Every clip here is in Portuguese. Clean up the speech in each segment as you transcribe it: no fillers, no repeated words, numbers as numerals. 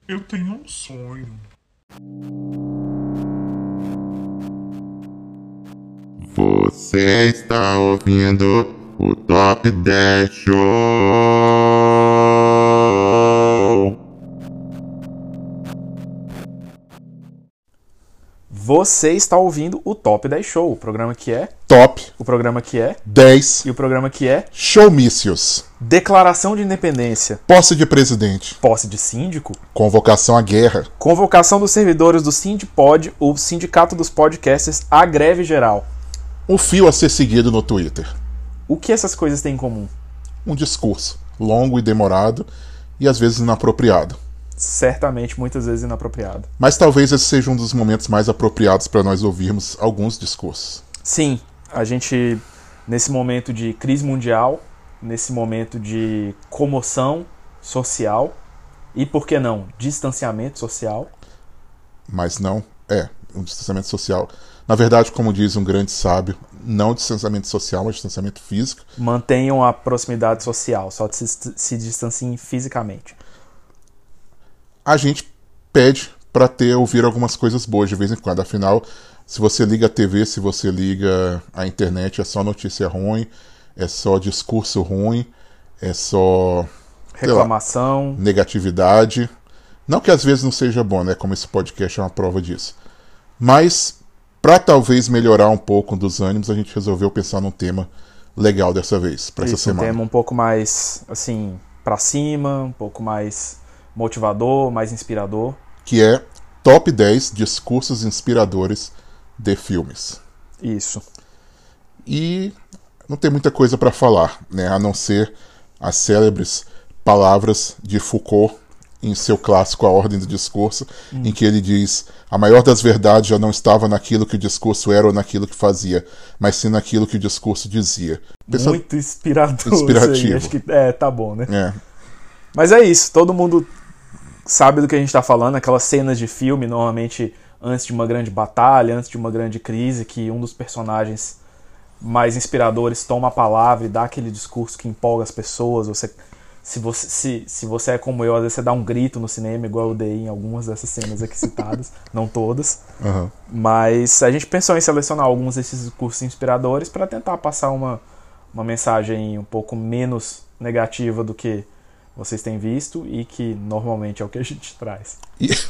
Eu tenho um sonho. Você está ouvindo o Top 10 Show. Você está ouvindo o Top 10 Show, o programa que é, Top o programa que é 10 e o programa que é Showmícios. Declaração de Independência, Posse de presidente. posse de síndico, Convocação à guerra. convocação dos servidores do Sindipod, o Sindicato dos Podcasts, à greve geral. Um fio a ser seguido no Twitter. O que essas coisas têm em comum? Um discurso longo e demorado e às vezes inapropriado. Certamente, muitas vezes inapropriado. Mas talvez esse seja um dos momentos mais apropriados para nós ouvirmos alguns discursos. Sim, a gente, nesse momento de crise mundial, nesse momento de comoção social e, por que não, distanciamento social. Mas não é um distanciamento social. Na verdade, como diz um grande sábio, não distanciamento social, mas distanciamento físico. Mantenham a proximidade social, só se distanciem fisicamente. A gente pede para ouvir algumas coisas boas de vez em quando. Afinal, se você liga a TV, se você liga a internet, é só notícia ruim, é só discurso ruim, é só Reclamação. negatividade. Não que às vezes não seja bom, né? Como esse podcast é uma prova disso. Mas, para talvez melhorar um pouco dos ânimos, a gente resolveu pensar num tema legal dessa vez, para essa Isso, um semana. tema um pouco mais, assim, pra cima, um pouco mais motivador, mais inspirador. Que é Top 10 Discursos Inspiradores de Filmes. Isso. E não tem muita coisa para falar, né? A não ser as célebres palavras de Foucault em seu clássico A Ordem do Discurso, em que ele diz: a maior das verdades já não estava naquilo que o discurso era ou naquilo que fazia, mas sim naquilo que o discurso dizia. Muito inspirador. Inspirativo. Isso aí. Acho que tá bom, né? É. Mas é isso, todo mundo sabe do que a gente tá falando, aquelas cenas de filme, normalmente antes de uma grande batalha, antes de uma grande crise, que um dos personagens mais inspiradores toma a palavra e dá aquele discurso que empolga as pessoas. Se você é como eu, às vezes você dá um grito no cinema, igual eu dei em algumas dessas cenas aqui citadas, não todas. Uhum. Mas a gente pensou em selecionar alguns desses discursos inspiradores para tentar passar uma mensagem um pouco menos negativa do que vocês têm visto e que normalmente é o que a gente traz.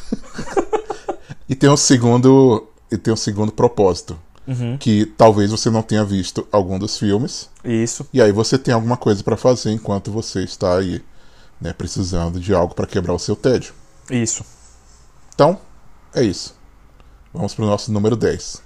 E tem um segundo propósito, que talvez você não tenha visto algum dos filmes. Isso. E aí você tem alguma coisa para fazer enquanto você está aí, né, precisando de algo para quebrar o seu tédio. Isso. Então, é isso. Vamos pro nosso número 10.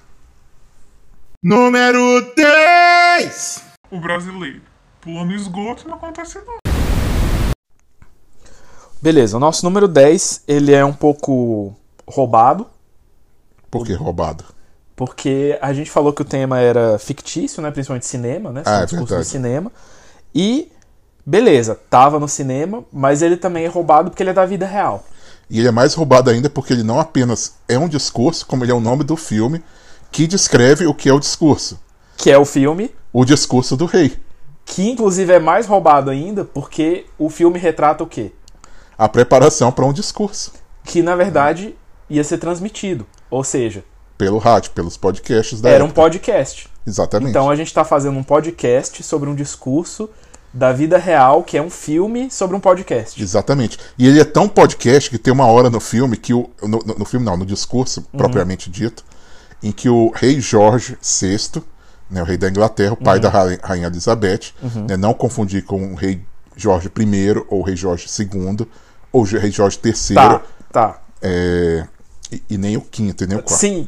Número 10. O brasileiro pula no esgoto e não acontece nada. Beleza, o nosso número 10, ele é um pouco roubado, Por que roubado? porque a gente falou que o tema era fictício, né, principalmente cinema, né, É discurso verdade. do cinema. E, beleza, tava no cinema, mas ele também é roubado porque ele é da vida real. E ele é mais roubado ainda porque ele não apenas é um discurso, como ele é o nome do filme, que descreve o que é o discurso. Que é o filme, O discurso do rei. que inclusive é mais roubado ainda porque o filme retrata o quê? A preparação para um discurso. Que, na verdade, ia ser transmitido. Ou seja, Pelo rádio, pelos podcasts da era um época. podcast. Exatamente. Então a gente está fazendo um podcast sobre um discurso da vida real, que é um filme sobre um podcast. Exatamente. E ele é tão podcast que tem uma hora no filme que no filme não, no discurso propriamente dito, em que o rei Jorge VI, né, o rei da Inglaterra, o pai da rainha Elizabeth, né, não confundir com o rei Jorge I ou o rei Jorge II ou o rei Jorge III, Tá. e nem o quinto e nem o quarto. Sim,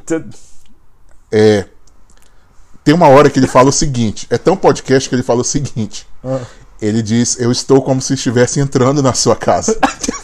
Tem uma hora que ele fala o seguinte, é tão podcast que ele fala o seguinte, ele diz: eu estou como se estivesse entrando na sua casa.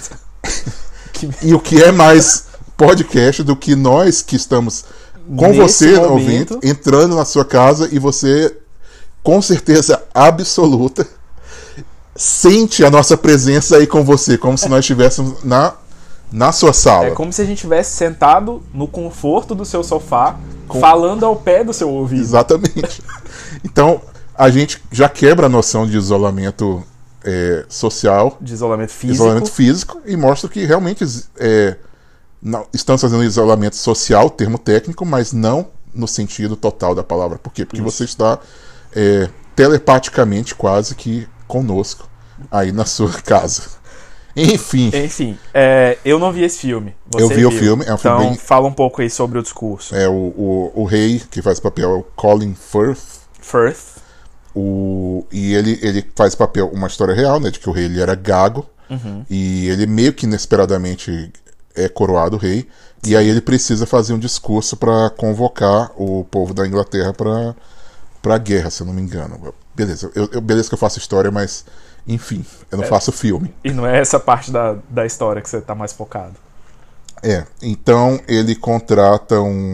E o que é mais podcast do que nós que estamos com Nesse você momento, ouvindo, entrando na sua casa, e você, com certeza absoluta, sente a nossa presença aí com você, como se nós estivéssemos na sua sala. é como se a gente estivesse sentado no conforto do seu sofá, falando ao pé do seu ouvido. Exatamente. Então, a gente já quebra a noção de isolamento social, De isolamento físico. isolamento físico, e mostra que realmente estamos fazendo isolamento social, termo técnico, mas não no sentido total da palavra. Por quê? Porque você está telepaticamente quase que conosco aí na sua casa. Enfim, eu não vi esse filme. Você eu vi viu. o filme. É um filme Então, bem... fala um pouco aí sobre o discurso. O rei que faz o papel é o Colin Firth. E ele faz papel, uma história real, né, de que o rei ele era gago, e ele meio que inesperadamente é coroado rei, e aí ele precisa fazer um discurso para convocar o povo da Inglaterra para guerra, se eu não me engano. Beleza, beleza que eu faço história, mas enfim, eu não faço filme. E não é essa parte da história que você tá mais focado. Então ele contrata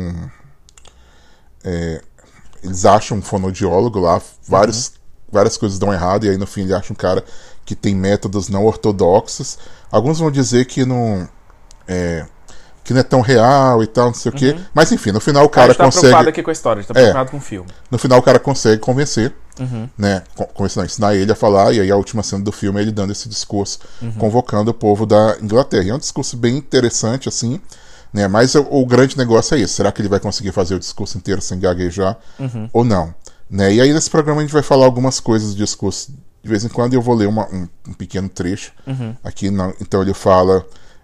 eles acham um fonoaudiólogo lá, várias coisas dão errado, e aí no fim ele acha um cara que tem métodos não ortodoxos. Alguns vão dizer que não é tão real e tal, não sei o quê. Mas enfim, no final o cara tá consegue... preocupado aqui com a história, a gente tá preocupado com o filme. No final o cara consegue convencer, né? Ensinar ele a falar, e aí a última cena do filme é ele dando esse discurso, convocando o povo da Inglaterra. E é um discurso bem interessante, assim, né? Mas o grande negócio é isso. Será que ele vai conseguir fazer o discurso inteiro sem gaguejar ou não? Né? E aí nesse programa a gente vai falar algumas coisas do discurso. De vez em quando eu vou ler um pequeno trecho aqui. Então ele fala...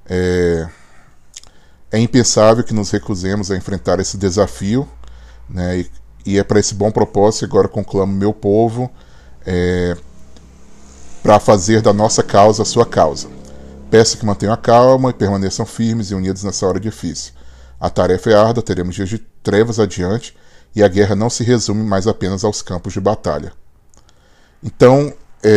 É impensável que nos recusemos a enfrentar esse desafio, né? E é para esse bom propósito que agora conclamo meu povo para fazer da nossa causa a sua causa. Peço que mantenham a calma e permaneçam firmes e unidos nessa hora difícil. A tarefa é árdua, teremos dias de trevas adiante, e a guerra não se resume mais apenas aos campos de batalha. Então,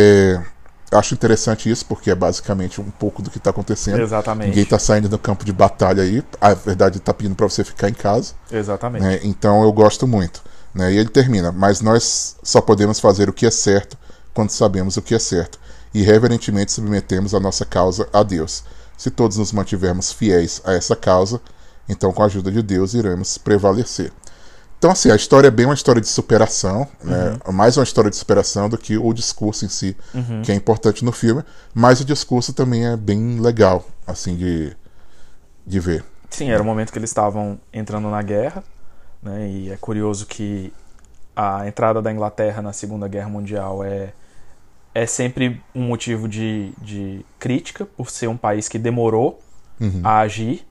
acho interessante isso, porque é basicamente um pouco do que está acontecendo. Exatamente. Ninguém está saindo do campo de batalha aí. A verdade está pedindo para você ficar em casa. Exatamente. Né? Então eu gosto muito. Né? E ele termina: mas nós só podemos fazer o que é certo quando sabemos o que é certo, e reverentemente submetemos a nossa causa a Deus. Se todos nos mantivermos fiéis a essa causa, então com a ajuda de Deus iremos prevalecer. Então, assim, a história é bem uma história de superação, né? Mais uma história de superação do que o discurso em si, que é importante no filme, mas o discurso também é bem legal, assim, de ver. Sim, era o momento que eles estavam entrando na guerra, né? E é curioso que a entrada da Inglaterra na Segunda Guerra Mundial é sempre um motivo de crítica, por ser um país que demorou a agir.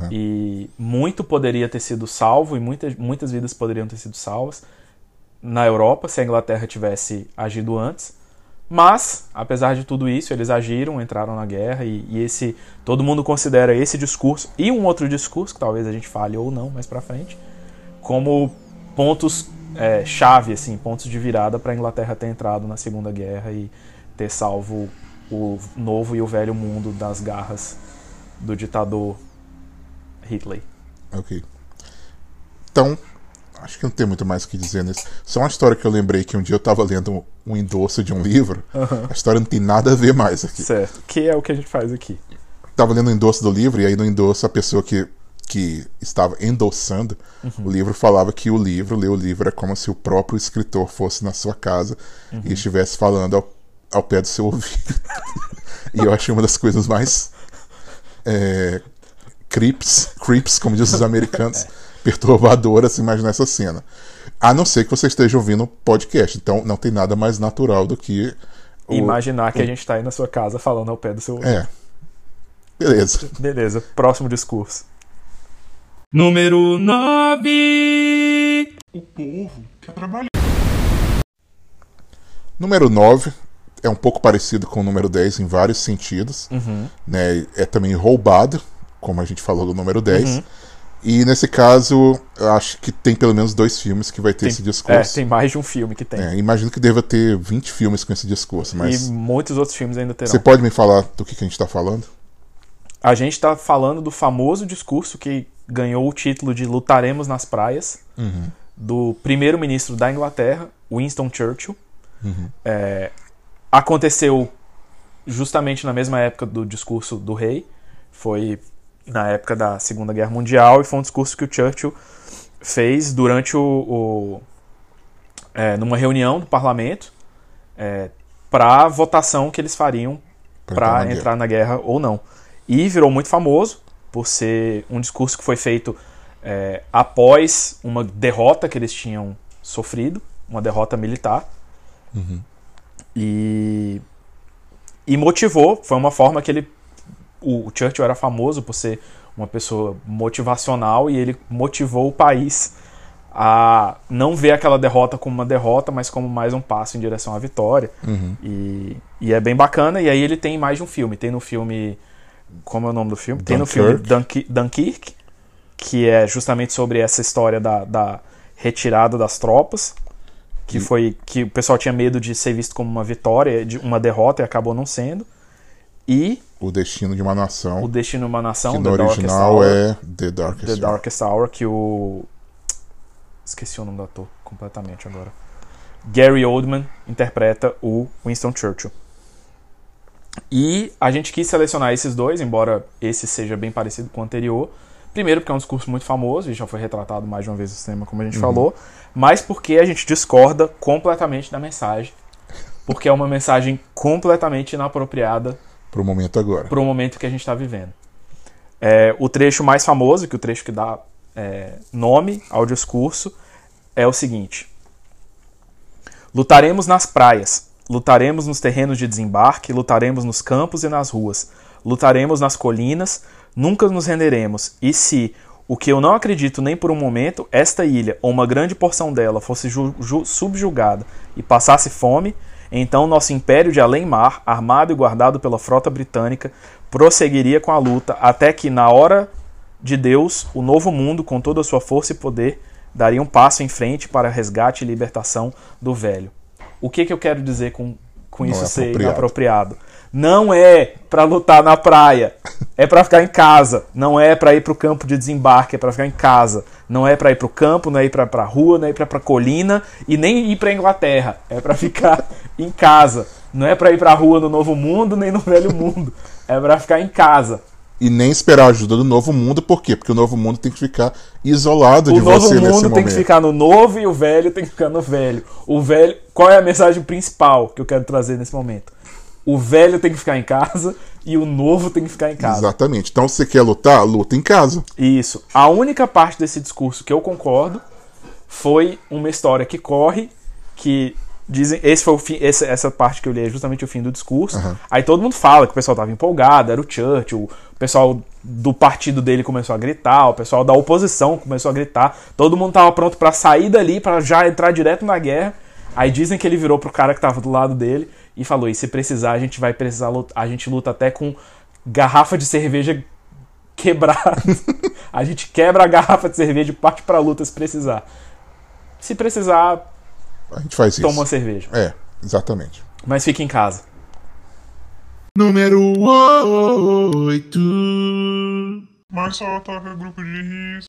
E muito poderia ter sido salvo, e muitas vidas poderiam ter sido salvas na Europa se a Inglaterra tivesse agido antes. Mas, apesar de tudo isso, eles agiram, entraram na guerra, e todo mundo considera esse discurso e um outro discurso, que talvez a gente fale ou não mais pra frente, como pontos chave, assim, pontos de virada para a Inglaterra ter entrado na Segunda Guerra e ter salvo o novo e o velho mundo das garras do ditador Hitler. Ok. Então, acho que não tem muito mais o que dizer nisso. Só uma história que eu lembrei que um dia eu estava lendo um endosso de um livro. A história não tem nada a ver mais aqui. Certo. Que é o que a gente faz aqui. Estava lendo o endosso do livro, e aí no endosso a pessoa que estava endossando o livro falava que ler o livro é como se o próprio escritor fosse na sua casa e estivesse falando ao pé do seu ouvido. E eu achei uma das coisas mais creeps, como dizem os americanos, perturbadoras, imaginar essa cena. A não ser que você esteja ouvindo um podcast. Então não tem nada mais natural do que imaginar que a gente está aí na sua casa falando ao pé do seu ouvido. Beleza. Próximo discurso. Número 9. O povo quer trabalhar. Número 9 é um pouco parecido com o número 10 em vários sentidos. Né? É também roubado, como a gente falou do número 10. E nesse caso, eu acho que tem pelo menos 2 filmes que vai ter esse discurso. Tem mais de um filme que tem. Imagino que deva ter 20 filmes com esse discurso. Mas e muitos outros filmes ainda terão. Você pode me falar do que a gente está falando? A gente está falando do famoso discurso que ganhou o título de Lutaremos nas Praias, do primeiro-ministro da Inglaterra, Winston Churchill. Aconteceu justamente na mesma época do discurso do rei. Foi na época da Segunda Guerra Mundial, e foi um discurso que o Churchill fez durante numa reunião do parlamento. pra votação que eles fariam pra entrar na guerra ou não. E virou muito famoso por ser um discurso que foi feito após uma derrota que eles tinham sofrido, uma derrota militar. E motivou, foi uma forma que o Churchill era famoso por ser uma pessoa motivacional, e ele motivou o país a não ver aquela derrota como uma derrota, mas como mais um passo em direção à vitória. E é bem bacana. E aí ele tem mais de um filme. Tem no filme... Como é o nome do filme? Tem no filme Dunkirk, que é justamente sobre essa história da retirada das tropas, que o pessoal tinha medo de ser visto como uma vitória, de uma derrota, e acabou não sendo. E O Destino de uma Nação. O Destino de uma Nação, que no original é The Darkest Hour, que o... Esqueci o nome do ator completamente agora. Gary Oldman interpreta o Winston Churchill. E a gente quis selecionar esses dois, embora esse seja bem parecido com o anterior. Primeiro porque é um discurso muito famoso e já foi retratado mais de uma vez no cinema, como a gente falou. Mas porque a gente discorda completamente da mensagem. Porque é uma mensagem completamente inapropriada pro momento agora. Pro momento que a gente está vivendo. O trecho mais famoso, que o trecho que dá nome ao discurso, é o seguinte: lutaremos nas praias, lutaremos nos terrenos de desembarque, lutaremos nos campos e nas ruas, lutaremos nas colinas, nunca nos renderemos. E se, o que eu não acredito nem por um momento, esta ilha ou uma grande porção dela fosse subjugada e passasse fome, então nosso império de além-mar, armado e guardado pela frota britânica, prosseguiria com a luta até que, na hora de Deus, o novo mundo, com toda a sua força e poder, daria um passo em frente para resgate e libertação do velho. O que eu quero dizer com isso ser inapropriado? Não é para lutar na praia, é para ficar em casa. Não é para ir para o campo de desembarque, é para ficar em casa. Não é para ir para o campo, não é ir para a rua, não é ir para a colina e nem ir para a Inglaterra. É para ficar em casa. Não é para ir para a rua no Novo Mundo nem no Velho Mundo. É para ficar em casa. E nem esperar a ajuda do Novo Mundo, por quê? Porque o Novo Mundo tem que ficar isolado de você nesse momento. O Novo Mundo tem que ficar no novo e o velho tem que ficar no velho. O velho, qual é a mensagem principal que eu quero trazer nesse momento? O velho tem que ficar em casa e o novo tem que ficar em casa. Exatamente. Então, se você quer lutar, luta em casa. Isso. A única parte desse discurso que eu concordo foi uma história que corre, que dizem, esse foi o fim, essa parte que eu li é justamente o fim do discurso. Aí todo mundo fala que o pessoal estava empolgado, era o Churchill, o pessoal do partido dele começou a gritar, o pessoal da oposição começou a gritar, todo mundo estava pronto para sair dali, para já entrar direto na guerra. Aí dizem que ele virou pro cara que estava do lado dele e falou: e se precisar, a gente vai precisar lutar, a gente luta até com garrafa de cerveja quebrada. A gente quebra a garrafa de cerveja e parte pra luta se precisar. Se precisar, a gente faz isso. Toma uma cerveja. Exatamente. Mas fica em casa. Número 8. Mas só ataca grupo de risco.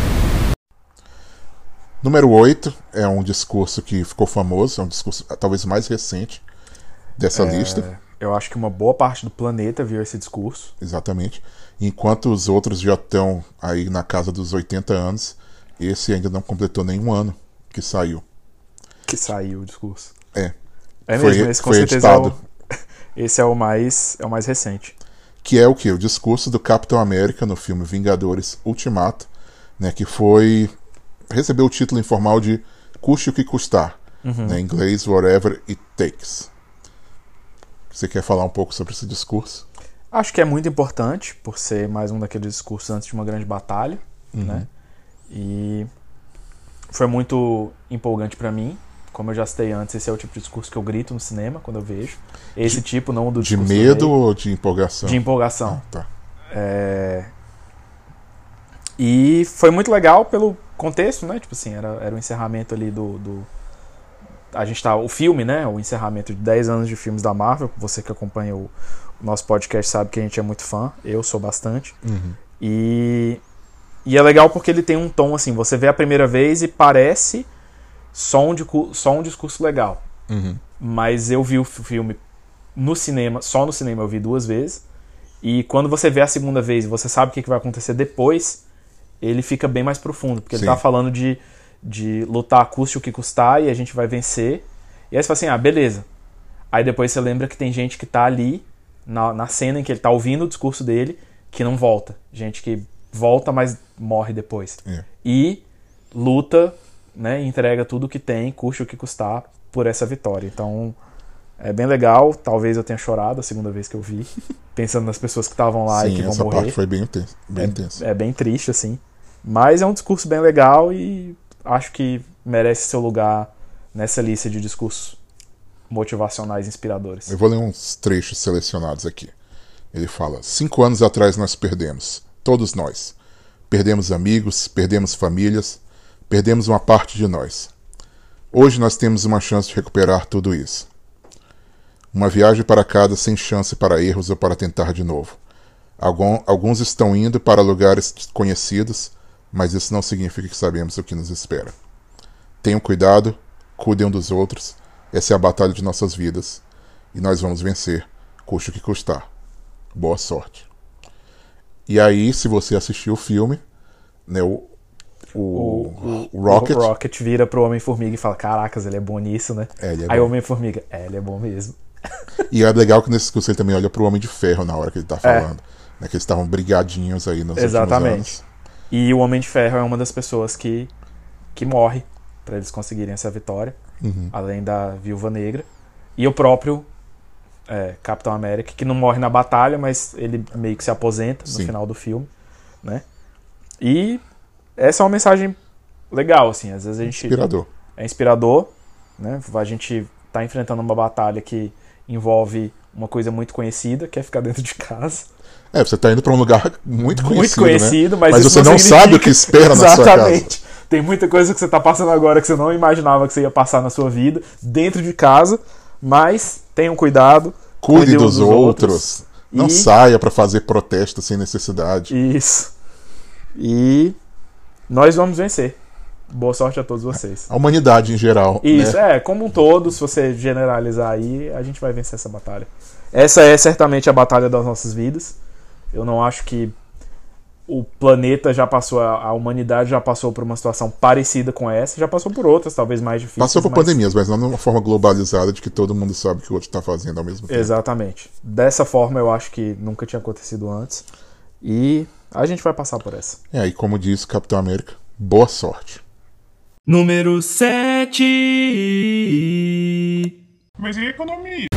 Número 8 é um discurso que ficou famoso, é um discurso talvez mais recente dessa lista. Eu acho que uma boa parte do planeta viu esse discurso. Exatamente. Enquanto os outros já estão aí na casa dos 80 anos, esse ainda não completou nenhum ano que saiu. Que saiu o discurso. É mesmo, esse com certeza esse é o mais recente. Que é o quê? O discurso do Capitão América no filme Vingadores Ultimato, né, que recebeu o título informal de Custe o que Custar, né, em inglês Whatever It Takes. Você quer falar um pouco sobre esse discurso? Acho que é muito importante, por ser mais um daqueles discursos antes de uma grande batalha, né? E foi muito empolgante pra mim. Como eu já citei antes, esse é o tipo de discurso que eu grito no cinema quando eu vejo. Esse tipo, não do discurso. De medo ou de empolgação? De empolgação. Tá. E foi muito legal pelo contexto, né? Tipo assim, era o encerramento ali a gente tá, o filme, né? O encerramento de 10 anos de filmes da Marvel. Você que acompanha o nosso podcast sabe que a gente é muito fã. Eu sou bastante. E é legal porque ele tem um tom assim, você vê a primeira vez e parece só um discurso legal. Mas eu vi o filme no cinema, só no cinema eu vi 2 vezes. E quando você vê a segunda vez e você sabe o que vai acontecer depois, ele fica bem mais profundo. Porque ele tá falando de lutar, custe o que custar, e a gente vai vencer. E aí você fala assim, beleza. Aí depois você lembra que tem gente que tá ali, na cena em que ele tá ouvindo o discurso dele, que não volta. Gente que volta, mas morre depois. E luta, né, entrega tudo o que tem, custe o que custar, por essa vitória. Então, é bem legal. Talvez eu tenha chorado a segunda vez que eu vi, pensando nas pessoas que estavam lá e que vão morrer. Sim, essa parte foi bem intensa. É bem triste, assim. Mas é um discurso bem legal e acho que merece seu lugar nessa lista de discursos motivacionais inspiradores. Eu vou ler uns trechos selecionados aqui. Ele fala: 5 anos atrás nós perdemos. Todos nós. Perdemos amigos, perdemos famílias, perdemos uma parte de nós. Hoje nós temos uma chance de recuperar tudo isso. Uma viagem para casa sem chance para erros ou para tentar de novo. Alguns estão indo para lugares desconhecidos, mas isso não significa que sabemos o que nos espera. Tenham cuidado, cuidem um dos outros. Essa é a batalha de nossas vidas. E nós vamos vencer, custe o que custar. Boa sorte. E aí, se você assistiu o filme, né, o Rocket vira pro Homem-Formiga e fala: caracas, ele é bom nisso, né? Aí o Homem-Formiga: ele é bom mesmo. E é legal que nesse discurso ele também olha pro Homem de Ferro na hora que ele tá falando. Né, que eles estavam brigadinhos aí nos últimos anos. E o Homem de Ferro é uma das pessoas que morre pra eles conseguirem essa vitória. Além da Viúva Negra. E o próprio Capitão América, que não morre na batalha, mas ele meio que se aposenta no final do filme, né? E essa é uma mensagem legal, assim. Às vezes a gente... É inspirador, né? A gente tá enfrentando uma batalha que envolve uma coisa muito conhecida, que é ficar dentro de casa. Você tá indo pra um lugar muito conhecido, né? Mas você não sabe o que espera na sua casa. Exatamente. Tem muita coisa que você tá passando agora que você não imaginava que você ia passar na sua vida, dentro de casa, mas tenham cuidado. Cuide dos outros. Não saia pra fazer protesto sem necessidade. Isso. E nós vamos vencer. Boa sorte a todos vocês. A humanidade em geral. Isso, né? Como um todo, se você generalizar aí, a gente vai vencer essa batalha. Essa é certamente a batalha das nossas vidas. Eu não acho que o planeta já passou, a humanidade já passou por uma situação parecida com essa, já passou por outras, talvez mais difíceis. Passou por pandemias, mas não de uma forma globalizada de que todo mundo sabe o que o outro está fazendo ao mesmo tempo. Exatamente. Dessa forma eu acho que nunca tinha acontecido antes. E a gente vai passar por essa. E como disse o Capitão América, boa sorte. Número 7. Mas e a economia?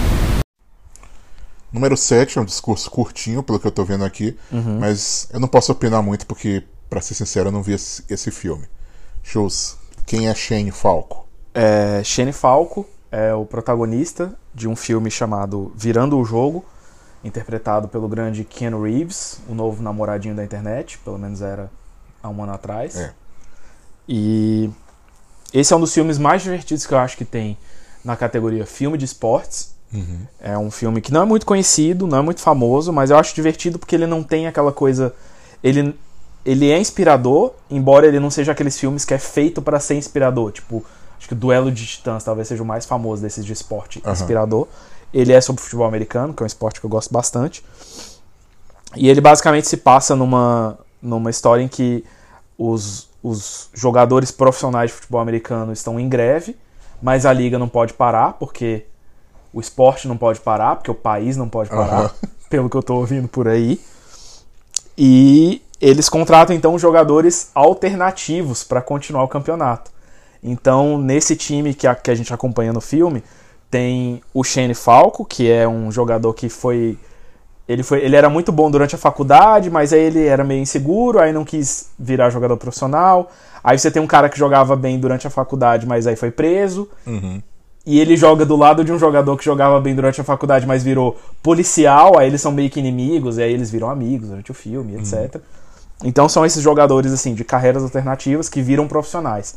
Número 7 é um discurso curtinho, pelo que eu tô vendo aqui, mas eu não posso opinar muito porque, pra ser sincero, eu não vi esse filme. Chus, quem é Shane Falco? Shane Falco é o protagonista de um filme chamado Virando o Jogo, interpretado pelo grande Keanu Reeves, o novo namoradinho da internet, pelo menos era há um ano atrás. E esse é um dos filmes mais divertidos que eu acho que tem na categoria filme de esportes. É um filme que não é muito conhecido, não é muito famoso, mas eu acho divertido porque ele não tem aquela coisa... Ele é inspirador, embora ele não seja aqueles filmes que é feito para ser inspirador. Tipo, acho que o Duelo de Titãs talvez seja o mais famoso desses de esporte inspirador. Ele é sobre futebol americano, que é um esporte que eu gosto bastante. E ele basicamente se passa numa história em que os jogadores profissionais de futebol americano estão em greve, mas a liga não pode parar, porque o esporte não pode parar, porque o país não pode parar, pelo que eu tô ouvindo por aí. E eles contratam, então, jogadores alternativos para continuar o campeonato. Então, nesse time que a gente acompanha no filme, tem o Shane Falco, que é um jogador que ele era muito bom durante a faculdade, mas aí ele era meio inseguro, aí não quis virar jogador profissional. Aí você tem um cara que jogava bem durante a faculdade, mas aí foi preso. E ele joga do lado de um jogador que jogava bem durante a faculdade, mas virou policial, aí eles são meio que inimigos, e aí eles viram amigos durante o filme, etc. Então são esses jogadores assim de carreiras alternativas que viram profissionais.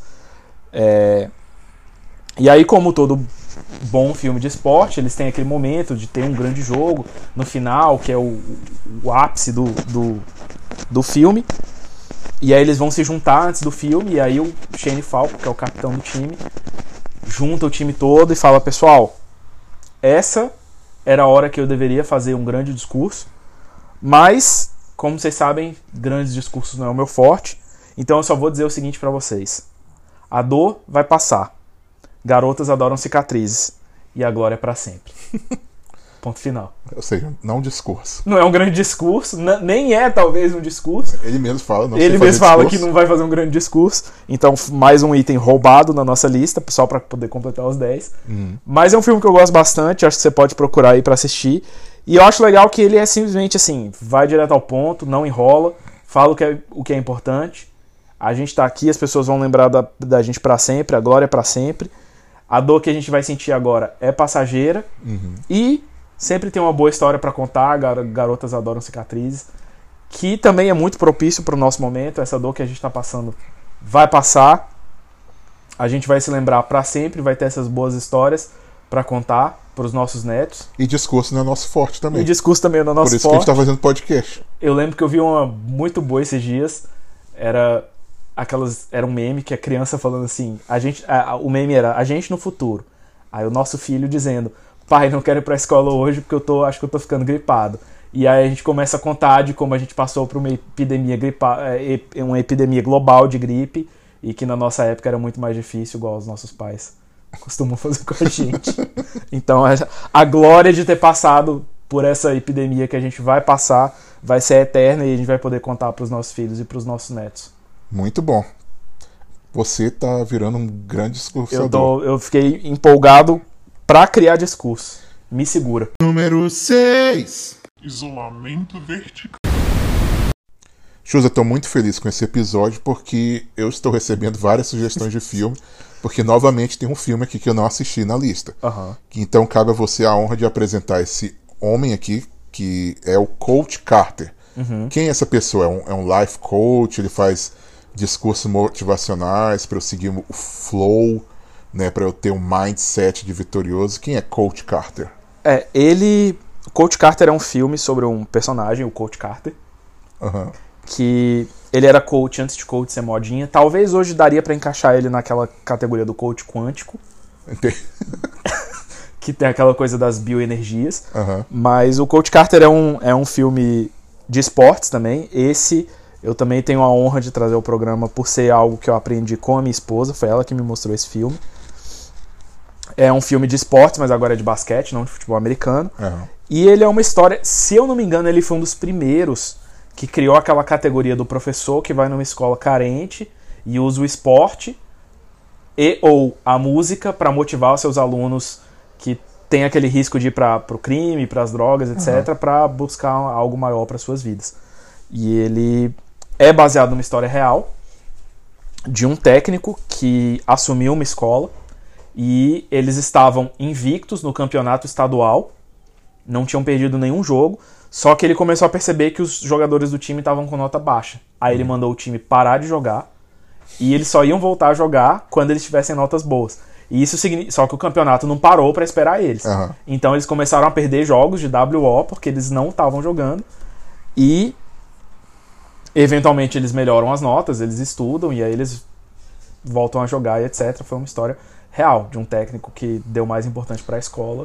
E aí, como todo bom filme de esporte, eles têm aquele momento de ter um grande jogo no final, que é o ápice do filme. E aí eles vão se juntar antes do filme, e aí o Shane Falco, que é o capitão do time, junta o time todo e fala: pessoal, essa era a hora que eu deveria fazer um grande discurso, mas, como vocês sabem, grandes discursos não é o meu forte, então eu só vou dizer o seguinte pra vocês: a dor vai passar, garotas adoram cicatrizes, e a glória é para sempre. Ponto final. Ou seja, não um discurso. Não é um grande discurso, nem é talvez um discurso. Ele mesmo fala, não Ele sei mesmo fazer fala discurso. que não vai fazer um grande discurso. Então, mais um item roubado na nossa lista, só para poder completar os 10. Mas é um filme que eu gosto bastante, acho que você pode procurar aí para assistir. E eu acho legal que ele é simplesmente assim, vai direto ao ponto, não enrola, fala o que é importante. A gente tá aqui, as pessoas vão lembrar da gente para sempre, a glória é para sempre. A dor que a gente vai sentir agora é passageira. E sempre tem uma boa história para contar, garotas adoram cicatrizes, que também é muito propício para o nosso momento. Essa dor que a gente está passando vai passar, a gente vai se lembrar para sempre, vai ter essas boas histórias para contar para os nossos netos. E discurso não é nosso forte também. E discurso também não é nosso Por isso forte. que a gente tá fazendo podcast. Eu lembro que eu vi uma muito boa esses dias, era um meme que a criança falando assim, o meme era a gente no futuro, aí o nosso filho dizendo: pai, não quero ir pra escola hoje porque acho que eu tô ficando gripado. E aí a gente começa a contar de como a gente passou por uma epidemia global de gripe e que na nossa época era muito mais difícil, igual os nossos pais costumam fazer com a gente. Então a glória de ter passado por essa epidemia que a gente vai passar vai ser eterna e a gente vai poder contar pros nossos filhos e pros nossos netos. Muito bom. Você tá virando um grande discursador. Eu fiquei empolgado pra criar discurso. Me segura. Número 6. Isolamento vertical. Chus, eu tô muito feliz com esse episódio porque eu estou recebendo várias sugestões de filme, porque novamente tem um filme aqui que eu não assisti na lista. Então cabe a você a honra de apresentar esse homem aqui, que é o Coach Carter. Quem é essa pessoa? É um life coach? Ele faz discursos motivacionais para eu seguir o flow, né, para eu ter um mindset de vitorioso. Quem é Coach Carter? Coach Carter é um filme sobre um personagem, o Coach Carter, que ele era coach antes de coach ser modinha. Talvez hoje daria pra encaixar ele naquela categoria do coach quântico, que tem aquela coisa das bioenergias. Mas o Coach Carter é um filme de esportes também. Esse eu também tenho a honra de trazer ao programa por ser algo que eu aprendi com a minha esposa. Foi ela que me mostrou esse filme. É um filme de esportes, mas agora é de basquete, não de futebol americano. E ele é uma história, se eu não me engano, ele foi um dos primeiros que criou aquela categoria do professor que vai numa escola carente e usa o esporte ou a música para motivar os seus alunos que tem aquele risco de ir para o crime, para as drogas, etc., para buscar algo maior para suas vidas. E ele é baseado numa história real de um técnico que assumiu uma escola e eles estavam invictos no campeonato estadual, não tinham perdido nenhum jogo, só que ele começou a perceber que os jogadores do time estavam com nota baixa. Aí ele mandou o time parar de jogar e eles só iam voltar a jogar quando eles tivessem notas boas. E isso só que o campeonato não parou para esperar eles. Então eles começaram a perder jogos de WO porque eles não estavam jogando e eventualmente eles melhoram as notas, eles estudam e aí eles voltam a jogar e etc. Foi uma história real de um técnico que deu mais importância para a escola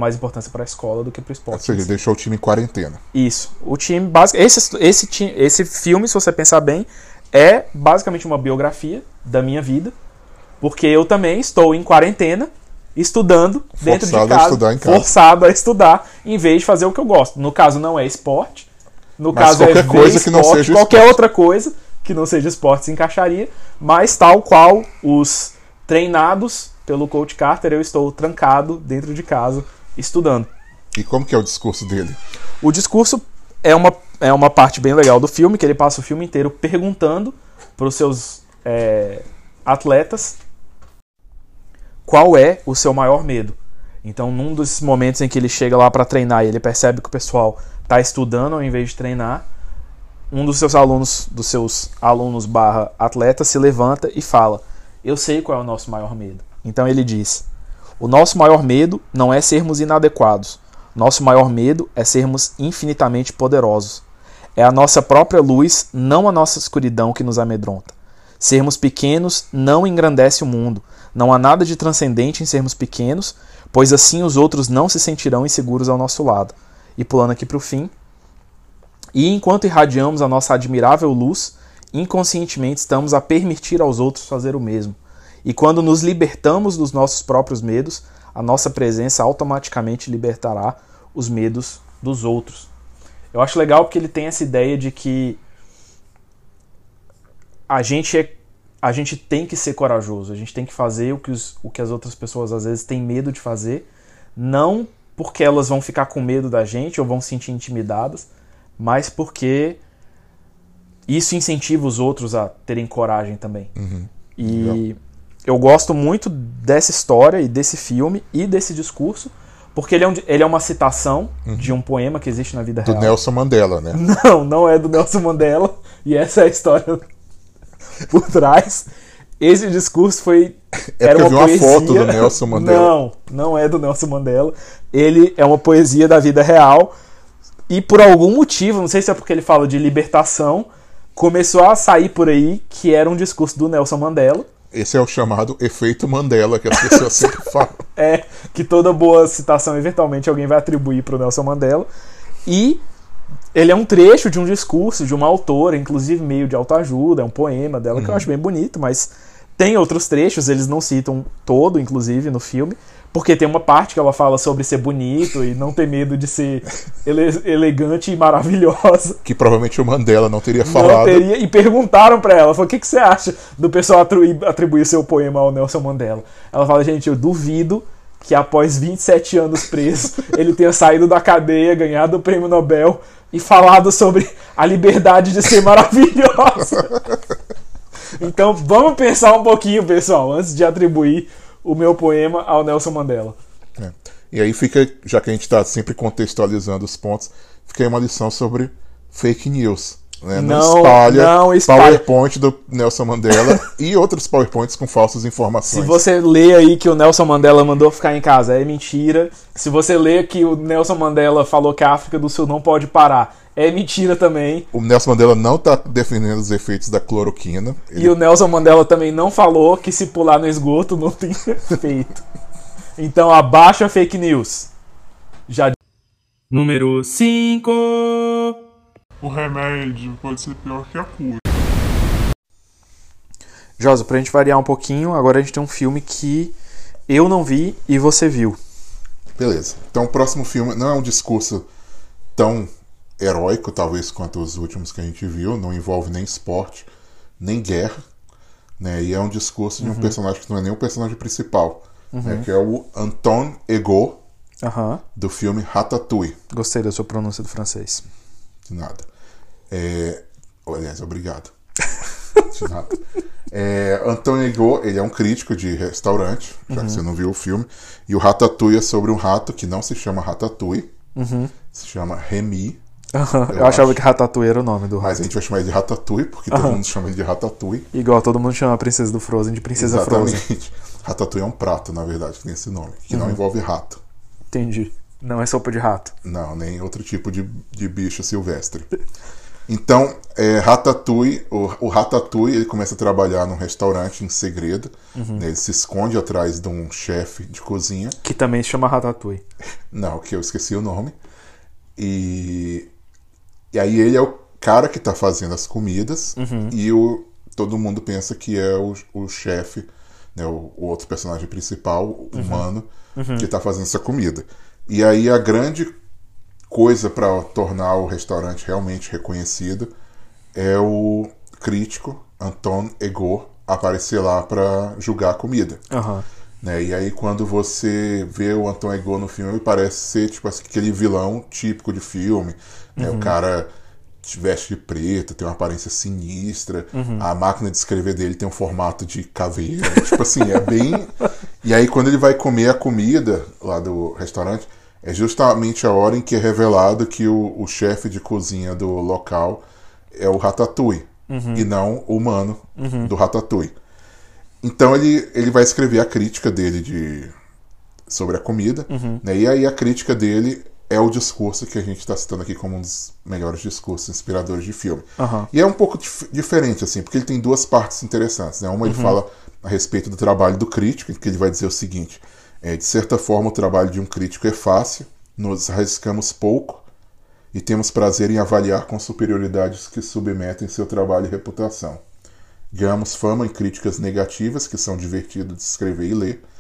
do que para o esporte. Ou seja, ele deixou o time em quarentena. Isso. O time esse filme, se você pensar bem, é basicamente uma biografia da minha vida, porque eu também estou em quarentena, estudando dentro de casa, forçado a estudar, em vez de fazer o que eu gosto. No caso não é esporte, no caso é ver coisa esporte, que não seja qualquer esporte. outra coisa que não seja esporte se encaixaria, mas tal qual os treinados pelo Coach Carter, eu estou trancado dentro de casa estudando. E como que é o discurso dele? O discurso é uma parte bem legal do filme, que ele passa o filme inteiro perguntando para os seus atletas qual é o seu maior medo. Então, num desses momentos em que ele chega lá para treinar e ele percebe que o pessoal está estudando ao invés de treinar, um dos seus alunos / atletas se levanta e fala: eu sei qual é o nosso maior medo. Então ele diz: o nosso maior medo não é sermos inadequados. Nosso maior medo é sermos infinitamente poderosos. É a nossa própria luz, não a nossa escuridão, que nos amedronta. Sermos pequenos não engrandece o mundo. Não há nada de transcendente em sermos pequenos, pois assim os outros não se sentirão inseguros ao nosso lado. E pulando aqui para o fim. E enquanto irradiamos a nossa admirável luz, inconscientemente estamos a permitir aos outros fazer o mesmo. E quando nos libertamos dos nossos próprios medos, a nossa presença automaticamente libertará os medos dos outros. Eu acho legal porque ele tem essa ideia de que a gente tem que ser corajoso, a gente tem que fazer o que as outras pessoas às vezes têm medo de fazer, não porque elas vão ficar com medo da gente ou vão se sentir intimidadas, mas porque isso incentiva os outros a terem coragem também. E eu gosto muito dessa história e desse filme e desse discurso, porque ele é uma citação de um poema que existe na vida Do real. Nelson Mandela, né? Não é do Nelson Mandela, e essa é a história por trás. Esse discurso foi... Era uma uma poesia. foto do Nelson Mandela. Não é do Nelson Mandela. Ele é uma poesia da vida real, e por algum motivo, não sei se é porque ele fala de libertação, começou a sair por aí que era um discurso do Nelson Mandela. Esse é o chamado efeito Mandela, que as pessoas sempre falam. Que toda boa citação, eventualmente, alguém vai atribuir para o Nelson Mandela. E ele é um trecho de um discurso de uma autora, inclusive meio de autoajuda, é um poema dela que eu acho bem bonito, mas tem outros trechos, eles não citam todo, inclusive, no filme, porque tem uma parte que ela fala sobre ser bonito e não ter medo de ser elegante e maravilhosa. Que provavelmente o Mandela não teria falado. E perguntaram pra ela, o que você acha do pessoal atribuir seu poema ao Nelson Mandela? Ela fala, gente, eu duvido que após 27 anos preso, ele tenha saído da cadeia, ganhado o prêmio Nobel e falado sobre a liberdade de ser maravilhosa. Então vamos pensar um pouquinho, pessoal, antes de atribuir o meu poema ao Nelson Mandela. E aí fica, já que a gente está sempre contextualizando os pontos, fica aí uma lição sobre fake news. Né? Não espalha PowerPoint do Nelson Mandela e outros PowerPoints com falsas informações. Se você lê aí que o Nelson Mandela mandou ficar em casa, é mentira. Se você lê que o Nelson Mandela falou que a África do Sul não pode parar, é mentira também. O Nelson Mandela não está defendendo os efeitos da cloroquina. E o Nelson Mandela também não falou que se pular no esgoto não tem efeito. Então abaixa fake news. Número 5. O remédio pode ser pior que a cura. Josa, pra gente variar um pouquinho, agora a gente tem um filme que eu não vi e você viu. Beleza. Então o próximo filme não é um discurso tão heróico, talvez, quanto os últimos que a gente viu. Não envolve nem esporte, nem guerra. Né? E é um discurso de um personagem que não é nem o personagem principal. Né? Que é o Anton Ego, do filme Ratatouille. Gostei da sua pronúncia do francês. De nada. Aliás, obrigado. De nada. Anton Ego, ele é um crítico de restaurante, já que você não viu o filme. E o Ratatouille é sobre um rato que não se chama Ratatouille, se chama Remy. Eu achava que Ratatouille era o nome do rato. Mas a gente vai chamar ele de Ratatouille, porque todo mundo chama ele de Ratatouille. Igual todo mundo chama a princesa do Frozen de Princesa Frozen. Ratatouille é um prato, na verdade, que tem esse nome, que não envolve rato. Entendi. Não é sopa de rato. Não, nem outro tipo de bicho silvestre. Então, Ratatouille, o Ratatouille, ele começa a trabalhar num restaurante em segredo. Né, ele se esconde atrás de um chefe de cozinha. Que também se chama Ratatouille. Não, que eu esqueci o nome. E aí ele é o cara que está fazendo as comidas. E todo mundo pensa que é o chefe, né, o outro personagem principal, humano, que está fazendo essa comida. E aí a grande coisa para tornar o restaurante realmente reconhecido é o crítico Anton Ego aparecer lá para julgar a comida. Né? E aí quando você vê o Anton Ego no filme, ele parece ser tipo assim, aquele vilão típico de filme. Né? O cara veste de preto, tem uma aparência sinistra, a máquina de escrever dele tem um formato de caveira. Tipo assim, é bem... E aí quando ele vai comer a comida lá do restaurante, é justamente a hora em que é revelado que o chefe de cozinha do local é o Ratatouille, e não o humano do Ratatouille. Então ele vai escrever a crítica dele sobre a comida, né? E aí a crítica dele é o discurso que a gente está citando aqui como um dos melhores discursos inspiradores de filme. E é um pouco diferente, assim, porque ele tem duas partes interessantes. Né? Uma ele fala a respeito do trabalho do crítico, que ele vai dizer o seguinte: de certa forma, o trabalho de um crítico é fácil, nos arriscamos pouco e temos prazer em avaliar com superioridade os que submetem seu trabalho e reputação. Ganhamos fama em críticas negativas, que são divertidas de escrever e ler,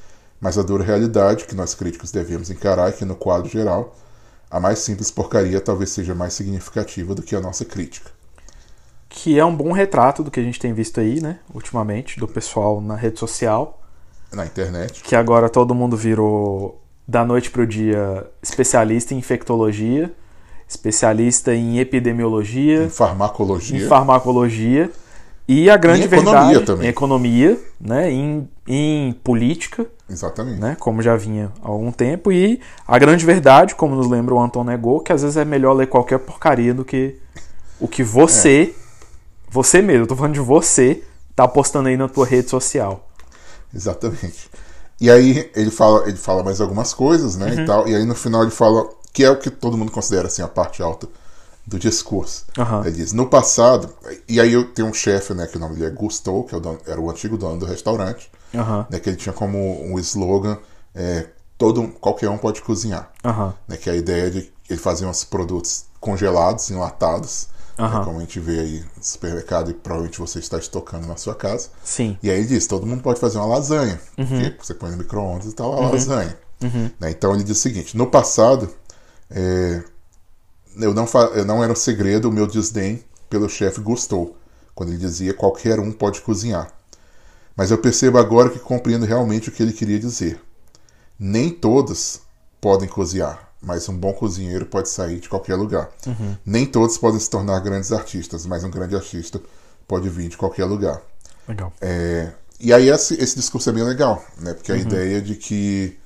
mas a dura realidade que nós críticos devemos encarar é que, no quadro geral, a mais simples porcaria talvez seja mais significativa do que a nossa crítica. Que é um bom retrato do que a gente tem visto aí, né, ultimamente, do pessoal na rede social. Na internet. Que agora todo mundo virou, da noite pro dia, especialista em infectologia, especialista em epidemiologia, Em farmacologia. em farmacologia, e a grande Em economia verdade também. em economia, né, em política, Exatamente. né, como já vinha há algum tempo, e a grande verdade, como nos lembra o Anton Negou, que às vezes é melhor ler qualquer porcaria do que o que você mesmo, eu tô falando de você, tá postando aí na tua rede social. Exatamente. E aí ele fala mais algumas coisas, né, e tal, e aí no final ele fala, que é o que todo mundo considera assim a parte alta do discurso. Ele diz, no passado, e aí eu tenho um chefe, né, que o nome dele é Gusteau, que é era o antigo dono do restaurante, né, que ele tinha como um slogan, qualquer um pode cozinhar, né, que é a ideia de ele fazer uns produtos congelados, enlatados, né, como a gente vê aí no supermercado e provavelmente você está estocando na sua casa. Sim. E aí ele diz, todo mundo pode fazer uma lasanha, porque você põe no micro-ondas e tal, a lasanha. Né, então ele diz o seguinte, no passado, não era um segredo o meu desdém pelo chefe Gusteau, quando ele dizia qualquer um pode cozinhar. Mas eu percebo agora que compreendo realmente o que ele queria dizer. Nem todos podem cozinhar, mas um bom cozinheiro pode sair de qualquer lugar. Nem todos podem se tornar grandes artistas, mas um grande artista pode vir de qualquer lugar. Legal. E aí esse discurso é bem legal, né? Porque a ideia de que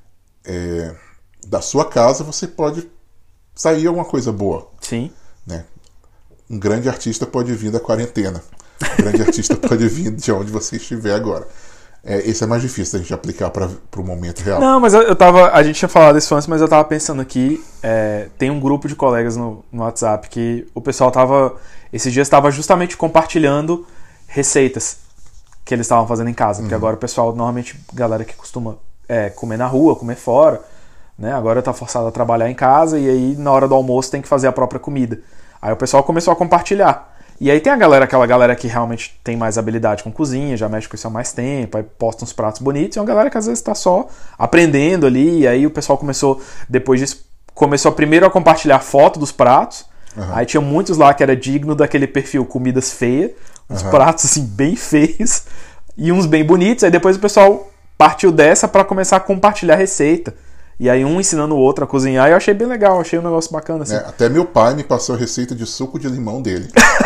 da sua casa você pode sair alguma coisa boa. Sim. Né? Um grande artista pode vir da quarentena. Um grande artista pode vir de onde você estiver agora. Esse é mais difícil da gente aplicar para o momento real. Não, mas a gente tinha falado isso antes, mas eu tava pensando aqui, tem um grupo de colegas no WhatsApp que o pessoal esses dias estava justamente compartilhando receitas que eles estavam fazendo em casa, porque agora o pessoal, normalmente, galera que costuma comer na rua, comer fora, né, agora tá forçado a trabalhar em casa e aí na hora do almoço tem que fazer a própria comida. Aí o pessoal começou a compartilhar. E aí tem aquela galera que realmente tem mais habilidade com cozinha, já mexe com isso há mais tempo, aí posta uns pratos bonitos, e uma galera que às vezes tá só aprendendo ali, e aí o pessoal depois disso, começou primeiro a compartilhar foto dos pratos, aí tinha muitos lá que era digno daquele perfil comidas feias, uns pratos assim bem feios, e uns bem bonitos, aí depois o pessoal partiu dessa para começar a compartilhar receita. E aí um ensinando o outro a cozinhar, e eu achei bem legal, achei um negócio bacana assim. Até meu pai me passou a receita de suco de limão dele.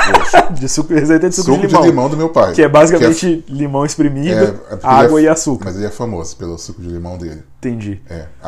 Receita de suco de limão. De limão do meu pai. Que é basicamente limão espremido, água e açúcar. Mas ele é famoso pelo suco de limão dele. Entendi.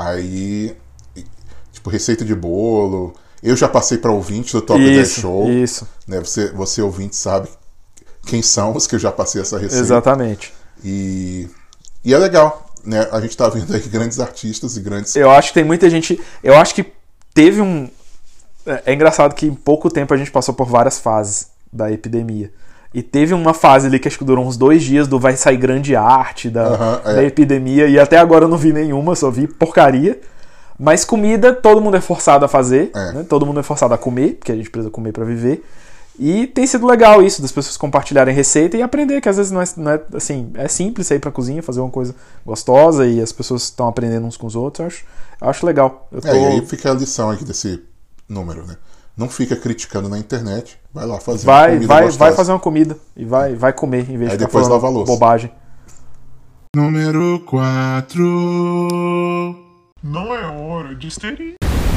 Aí, tipo, receita de bolo. Eu já passei para ouvinte do Top 10 Show. Isso. Né? Você ouvinte sabe quem são os que eu já passei essa receita. Exatamente. E é legal. Né? A gente tá vendo aí grandes artistas e grandes... Eu acho que tem muita gente... Eu acho que teve um... É engraçado que em pouco tempo a gente passou por várias fases da epidemia. E teve uma fase ali que acho que durou uns 2 dias do vai sair grande arte da epidemia. E até agora eu não vi nenhuma, só vi porcaria. Mas comida todo mundo é forçado a fazer. Né? Todo mundo é forçado a comer, porque a gente precisa comer pra viver. E tem sido legal isso, das pessoas compartilharem receita e aprender, que às vezes não é assim, é simples sair pra cozinha, fazer uma coisa gostosa e as pessoas estão aprendendo uns com os outros. Eu acho legal. E aí fica a lição aqui desse número, né? Não fica criticando na internet, vai lá fazer uma comida gostosa. Vai fazer uma comida e vai comer, em vez de depois lava a louça. Bobagem. Número 4. Não é hora de histeria.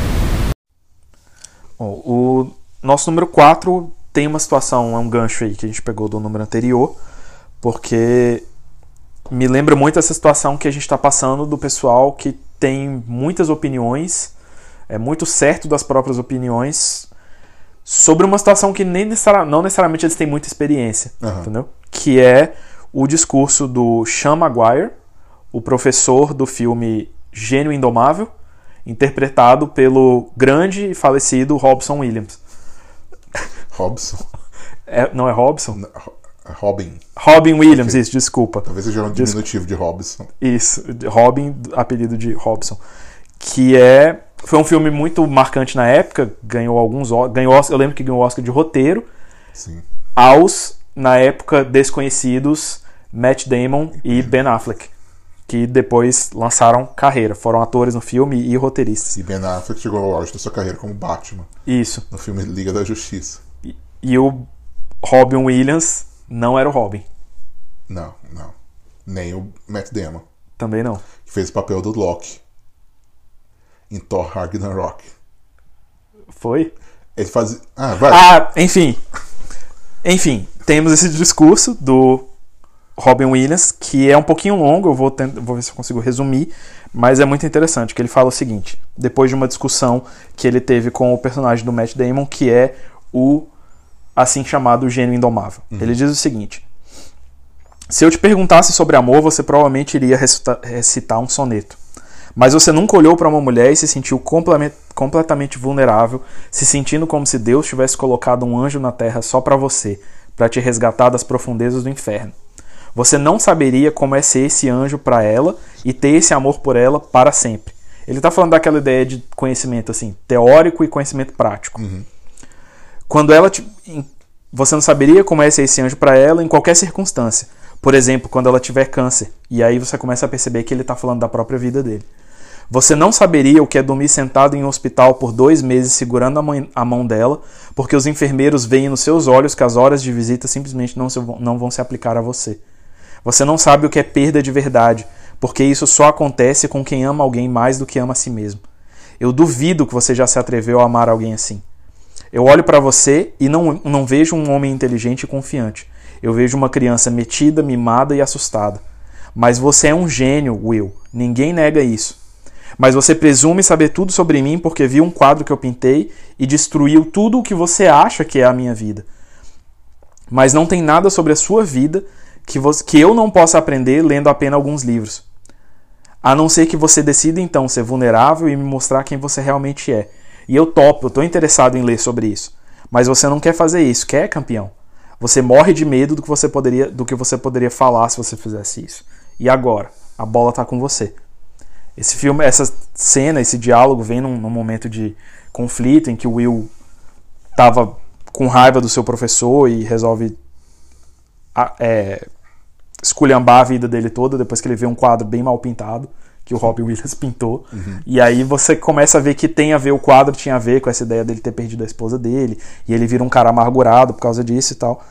Bom, o nosso número 4 tem uma situação, é um gancho aí que a gente pegou do número anterior, porque me lembra muito essa situação que a gente está passando do pessoal que tem muitas opiniões, é muito certo das próprias opiniões, sobre uma situação que não necessariamente eles têm muita experiência, entendeu? Que é o discurso do Sean Maguire, o professor do filme Gênio Indomável, interpretado pelo grande e falecido Robson Williams. Robson? Não é Robson? Robin. Robin Williams, isso, desculpa. Talvez seja um diminutivo de Robson. Isso, Robin, apelido de Robson. Que foi um filme muito marcante na época, ganhou eu lembro que ganhou o Oscar de roteiro. Sim. Na época, desconhecidos Matt Damon e Ben Affleck. que depois lançaram carreira, foram atores no filme e roteiristas. E Ben Affleck chegou ao auge da sua carreira como Batman, Isso. no filme Liga da Justiça. E o Robin Williams não era o Robin. Não. Nem o Matt Damon, Também não. que fez o papel do Loki em Thor Ragnarok. Foi? Ele fazia... vai. Enfim, temos esse discurso do Robin Williams, que é um pouquinho longo, eu vou ver se eu consigo resumir, mas é muito interessante, que ele fala o seguinte, depois de uma discussão que ele teve com o personagem do Matt Damon, que é o assim chamado gênio indomável. Ele diz o seguinte: se eu te perguntasse sobre amor, você provavelmente iria recitar um soneto. Mas você nunca olhou para uma mulher e se sentiu completamente vulnerável, se sentindo como se Deus tivesse colocado um anjo na terra só para você, para te resgatar das profundezas do inferno. Você não saberia como é ser esse anjo para ela e ter esse amor por ela para sempre. Ele está falando daquela ideia de conhecimento assim, teórico e conhecimento prático. Quando ela você não saberia como é ser esse anjo para ela em qualquer circunstância. Por exemplo, quando ela tiver câncer. E aí você começa a perceber que ele está falando da própria vida dele. Você não saberia o que é dormir sentado em um hospital por 2 meses segurando a mão dela, porque os enfermeiros veem nos seus olhos que as horas de visita simplesmente não vão se aplicar a você. Você não sabe o que é perda de verdade, porque isso só acontece com quem ama alguém mais do que ama a si mesmo. Eu duvido que você já se atreveu a amar alguém assim. Eu olho para você e não vejo um homem inteligente e confiante. Eu vejo uma criança metida, mimada e assustada. Mas você é um gênio, Will. Ninguém nega isso. Mas você presume saber tudo sobre mim porque viu um quadro que eu pintei e destruiu tudo o que você acha que é a minha vida. Mas não tem nada sobre a sua vida que eu não possa aprender lendo apenas alguns livros. A não ser que você decida então ser vulnerável e me mostrar quem você realmente é. E eu estou interessado em ler sobre isso. Mas você não quer fazer isso, quer, campeão? Você morre de medo do que você poderia falar se você fizesse isso. E agora? A bola está com você. Esse filme, essa cena, esse diálogo vem num momento de conflito em que o Will estava com raiva do seu professor e resolve esculhambar a vida dele toda depois que ele vê um quadro bem mal pintado que o Robin Williams pintou. E aí você começa a ver que o quadro tinha a ver com essa ideia dele ter perdido a esposa dele, e ele vira um cara amargurado por causa disso e tal.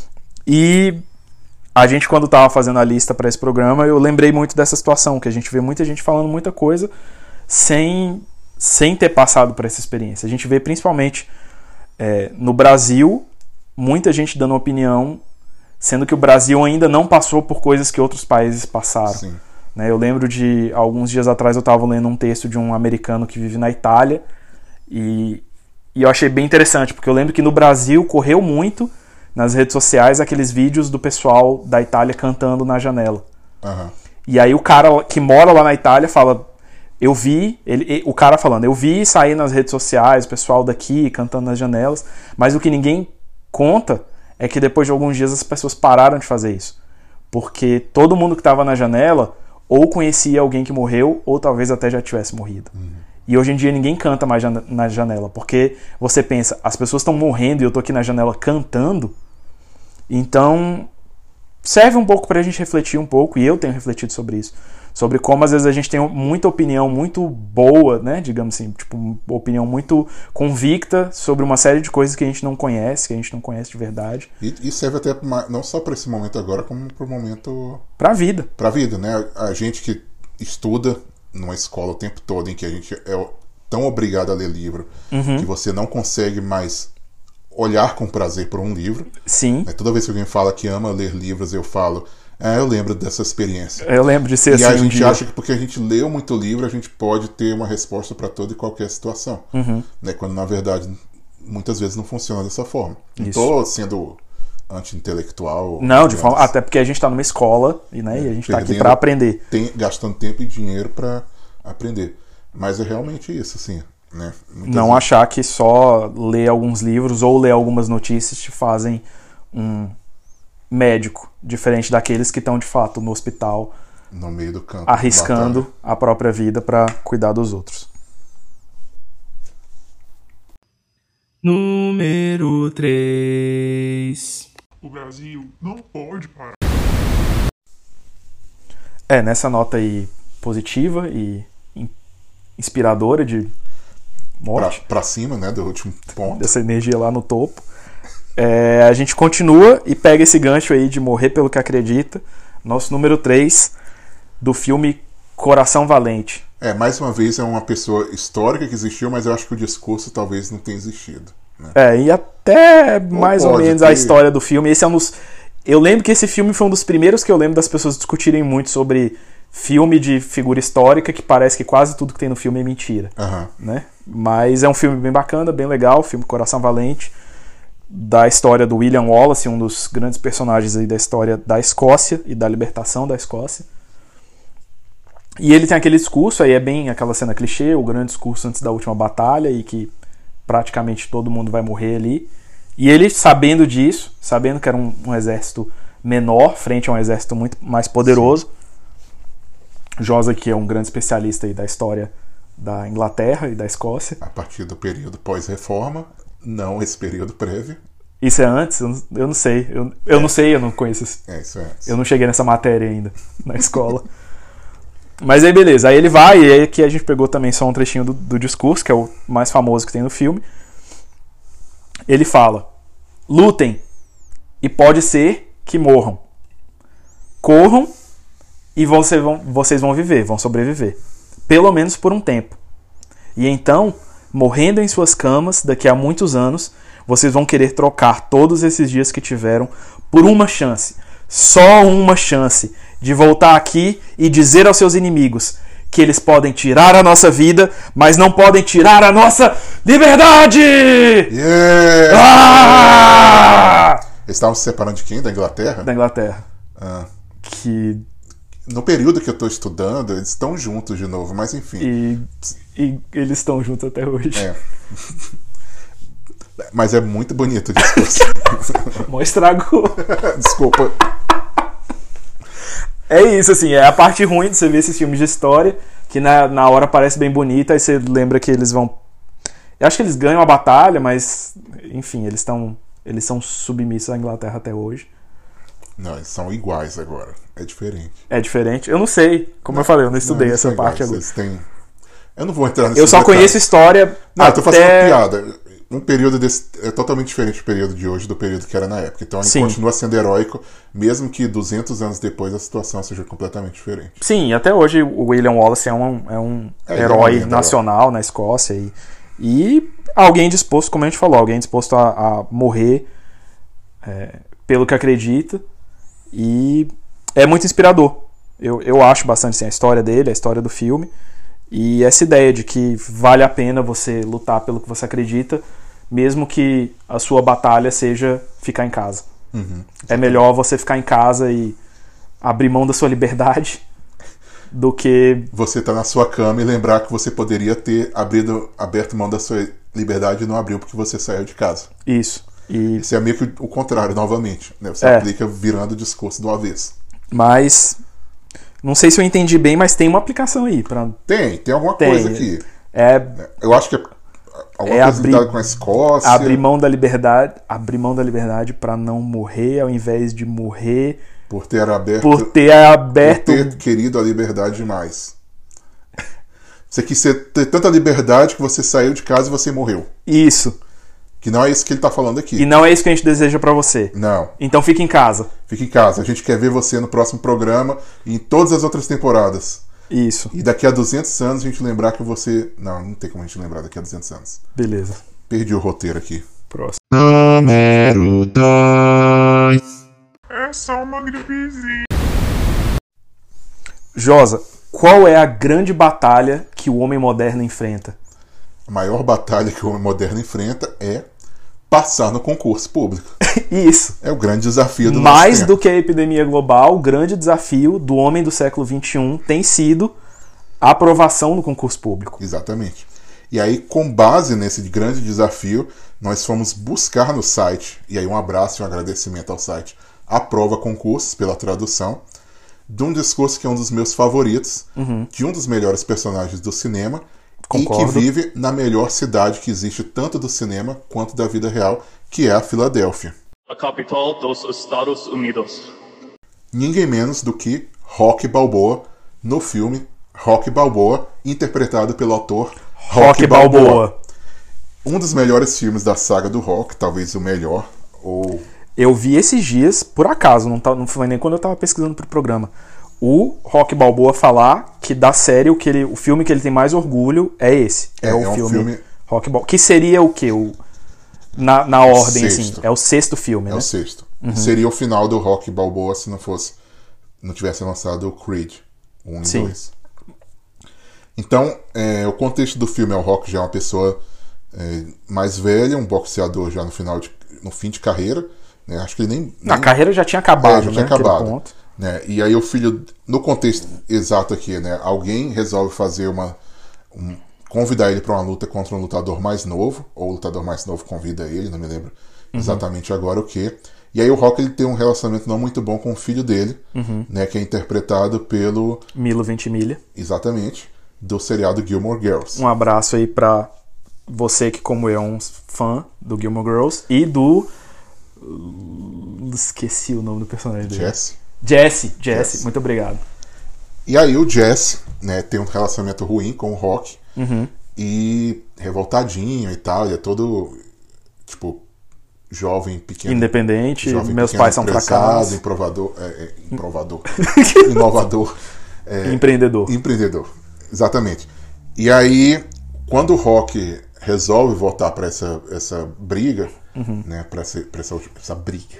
E a gente, quando tava fazendo a lista para esse programa, eu lembrei muito dessa situação, que a gente vê muita gente falando muita coisa sem ter passado por essa experiência. A gente vê principalmente no Brasil muita gente dando opinião, sendo que o Brasil ainda não passou por coisas que outros países passaram. Sim. Eu lembro de, alguns dias atrás, eu estava lendo um texto de um americano que vive na Itália e eu achei bem interessante, porque eu lembro que no Brasil correu muito nas redes sociais aqueles vídeos do pessoal da Itália cantando na janela. E aí o cara que mora lá na Itália fala, o cara falando, eu vi sair nas redes sociais o pessoal daqui cantando nas janelas, mas o que ninguém conta é que depois de alguns dias as pessoas pararam de fazer isso. Porque todo mundo que estava na janela ou conhecia alguém que morreu, ou talvez até já tivesse morrido. E hoje em dia ninguém canta mais na janela, porque você pensa, as pessoas estão morrendo e eu tô aqui na janela cantando, então serve um pouco pra gente refletir um pouco, e eu tenho refletido sobre isso, sobre como às vezes a gente tem muita opinião muito boa, né, digamos assim, tipo, uma opinião muito convicta sobre uma série de coisas que a gente não conhece, de verdade. E serve até não só para esse momento agora, como para o momento... Pra vida. Pra vida, né? A gente que estuda numa escola o tempo todo, em que a gente é tão obrigado a ler livro, que você não consegue mais olhar com prazer por um livro. Sim. Toda vez que alguém fala que ama ler livros, eu falo... eu lembro dessa experiência. Eu lembro de ser assim. E a gente acha que porque a gente leu muito livro, a gente pode ter uma resposta para toda e qualquer situação. Quando na verdade, muitas vezes não funciona dessa forma. Não estou sendo anti-intelectual. Não, de forma, até porque a gente está numa escola e a gente está aqui para aprender. Gastando tempo e dinheiro para aprender. Mas é realmente isso, assim. Né? Não achar que só ler alguns livros ou ler algumas notícias te fazem um médico, diferente daqueles que estão de fato no hospital, no meio do campo, arriscando a própria vida para cuidar dos outros. Número 3. O Brasil não pode parar. Nessa nota aí positiva e inspiradora de morte, Pra cima, né, do último ponto. dessa energia lá no topo, a gente continua e pega esse gancho aí de morrer pelo que acredita. Nosso número 3 do filme Coração Valente. Mais uma vez é uma pessoa histórica que existiu, mas eu acho que o discurso talvez não tenha existido, né? E até mais ou pode menos ter. a história do filme. Esse é um dos... Eu lembro que esse filme foi um dos primeiros que eu lembro das pessoas discutirem muito sobre filme de figura histórica, que parece que quase tudo que tem no filme é mentira. Aham. Né? Mas é um filme bem bacana, bem legal, filme Coração Valente, da história do William Wallace, um dos grandes personagens aí da história da Escócia e da libertação da Escócia. E ele tem aquele discurso, aí é bem aquela cena clichê, o grande discurso antes da última batalha, e que praticamente todo mundo vai morrer ali. E ele, sabendo disso, sabendo que era um exército menor, frente a um exército muito mais poderoso. Josa, que é um grande especialista aí da história da Inglaterra e da Escócia. A partir do período pós-reforma, não esse período prévio. Isso é antes? Eu não sei. Eu não sei, eu não conheço isso. Isso é antes. Eu não cheguei nessa matéria ainda, na escola. Mas aí beleza, aí ele vai, e aí aqui a gente pegou também só um trechinho do discurso, que é o mais famoso que tem no filme. Ele fala: lutem, e pode ser que morram. Corram, e vocês vão viver, vão sobreviver. Pelo menos por um tempo. E então, morrendo em suas camas, daqui a muitos anos, vocês vão querer trocar todos esses dias que tiveram por uma chance. Só uma chance de voltar aqui e dizer aos seus inimigos que eles podem tirar a nossa vida, mas não podem tirar a nossa liberdade! Yeah! Ah! Eles estavam se separando de quem? Da Inglaterra? Da Inglaterra. Ah. Que... No período que eu estou estudando, eles estão juntos de novo, mas enfim. E eles estão juntos até hoje. Mas é muito bonito o discurso. Mó estragou. Desculpa. É isso, assim, é a parte ruim de você ver esses filmes de história, que na hora parece bem bonita, aí você lembra que eles vão... Eu acho que eles ganham a batalha, mas, enfim, eles são submissos à Inglaterra até hoje. Não, eles são iguais agora. É diferente. É diferente? Eu não sei. Como eu falei, eu não estudei essa parte agora. Eles têm... Eu não vou entrar nesse Eu só conheço história. Não, eu tô fazendo piada. Um período desse é totalmente diferente do período de hoje, do período que era na época. Então a gente continua sendo heróico, mesmo que 200 anos depois a situação seja completamente diferente. Sim, até hoje o William Wallace é um herói nacional na Escócia. E alguém disposto, como a gente falou, alguém disposto a morrer pelo que acredita. E é muito inspirador. Eu acho bastante assim, a história dele, a história do filme. E essa ideia de que vale a pena você lutar pelo que você acredita, mesmo que a sua batalha seja ficar em casa. É melhor você ficar em casa e abrir mão da sua liberdade do que... Você tá na sua cama e lembrar que você poderia ter aberto mão da sua liberdade e não abriu porque você saiu de casa. Isso. Isso é meio que o contrário, novamente, né? Você aplica virando o discurso do avesso. Mas... Não sei se eu entendi bem, mas tem uma aplicação aí. Tem alguma coisa aqui. Eu acho que alguma coisa ligada com a Escócia. Abrir mão da liberdade para não morrer, ao invés de morrer por ter aberto. Por ter querido a liberdade demais. Você quis ter tanta liberdade que você saiu de casa e você morreu. Isso. Que não é isso que ele tá falando aqui. E não é isso que a gente deseja pra você. Não. Então fique em casa. Fique em casa. A gente quer ver você no próximo programa e em todas as outras temporadas. Isso. E daqui a 200 anos a gente lembrar que você... Não tem como a gente lembrar daqui a 200 anos. Beleza. Perdi o roteiro aqui. Próximo. Número 2. É só uma gripezinha. Josa, qual é a grande batalha que o homem moderno enfrenta? A maior batalha que o homem moderno enfrenta é passar no concurso público. Isso. É o grande desafio do nosso Mais tempo. do que a epidemia global, o grande desafio do homem do século XXI tem sido a aprovação no concurso público. Exatamente. E aí, com base nesse grande desafio, nós fomos buscar no site, e aí um abraço e um agradecimento ao site Aprova Concursos pela tradução, de um discurso que é um dos meus favoritos, de um dos melhores personagens do cinema, Concordo. E que vive na melhor cidade que existe tanto do cinema quanto da vida real, que é a Filadélfia. A capital dos Estados Unidos. Ninguém menos do que Rocky Balboa no filme Rocky Balboa, interpretado pelo autor Rocky Balboa. Um dos melhores filmes da saga do Rock, talvez o melhor. Ou... Eu vi esses dias, por acaso, não foi nem quando eu tava pesquisando pro programa, o Rocky Balboa falar que da série o filme que ele tem mais orgulho é esse. É o filme Rocky Balboa. Que seria o quê? Na ordem, assim. É o sexto filme, né? É o sexto. Seria o final do Rocky Balboa se não tivesse lançado o Creed 1 e 2. Então, o contexto do filme é o Rocky já é uma pessoa mais velha, um boxeador já no fim de carreira. Né? Acho que ele nem... A carreira já tinha acabado, já tinha acabado. Né? E aí o filho, no contexto exato aqui, né? Alguém resolve fazer convidar ele para uma luta contra um lutador mais novo, ou o lutador mais novo convida ele, não me lembro exatamente agora o que. E aí o Rock ele tem um relacionamento não muito bom com o filho dele, né? Que é interpretado pelo... Milo Ventimiglia. Exatamente. Do seriado Gilmore Girls. Um abraço aí pra você que, como eu, é um fã do Gilmore Girls e do... Esqueci o nome do personagem dele. Jesse. Muito obrigado. E aí o Jesse, né, tem um relacionamento ruim com o Rock. E revoltadinho e tal. Ele é todo, tipo, jovem, pequeno. Independente. Jovem, meus pequeno, pais são fracassados. Inovador. Empreendedor. Exatamente. E aí, quando o Rock resolve voltar para essa briga, né, para essa briga,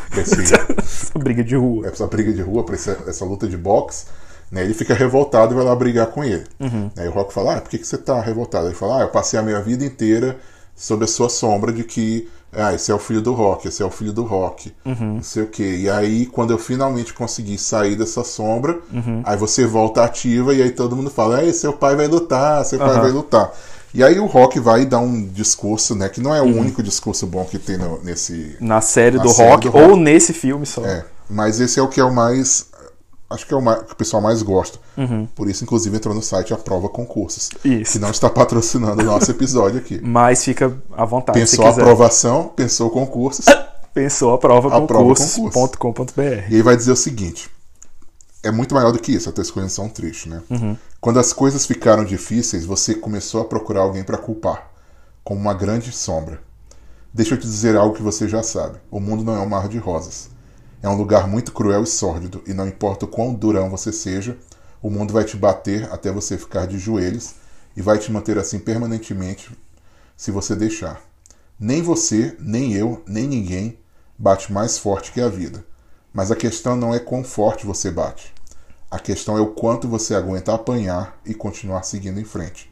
essa briga de rua, essa briga de rua, para essa luta de boxe, né, ele fica revoltado e vai lá brigar com ele. Aí o Rock fala: por que você tá revoltado? Ele fala: eu passei a minha vida inteira sob a sua sombra de que esse é o filho do Rock, esse é o filho do Rock, não sei o quê. E aí, quando eu finalmente consegui sair dessa sombra, aí você volta ativa e aí todo mundo fala: seu pai vai lutar, seu pai vai lutar. E aí o Rock vai dar um discurso, né, que não é o único discurso bom que tem na série do Rock, ou nesse filme só. Mas esse é o que é o mais... Acho que é o que o pessoal mais gosta. Por isso, inclusive, entrou no site Aprova Concursos. Isso. Que não está patrocinando o nosso episódio aqui. Mas fica à vontade. Pensou aprovação, pensou concursos. Pensou aprovaconcursos.com.br. E aí vai dizer o seguinte: é muito maior do que isso, a tua escolha é um trecho, né? Quando as coisas ficaram difíceis, você começou a procurar alguém para culpar, como uma grande sombra. Deixa eu te dizer algo que você já sabe: o mundo não é um mar de rosas. É um lugar muito cruel e sórdido, e não importa o quão durão você seja, o mundo vai te bater até você ficar de joelhos e vai te manter assim permanentemente se você deixar. Nem você, nem eu, nem ninguém bate mais forte que a vida. Mas a questão não é quão forte você bate. A questão é o quanto você aguenta apanhar e continuar seguindo em frente.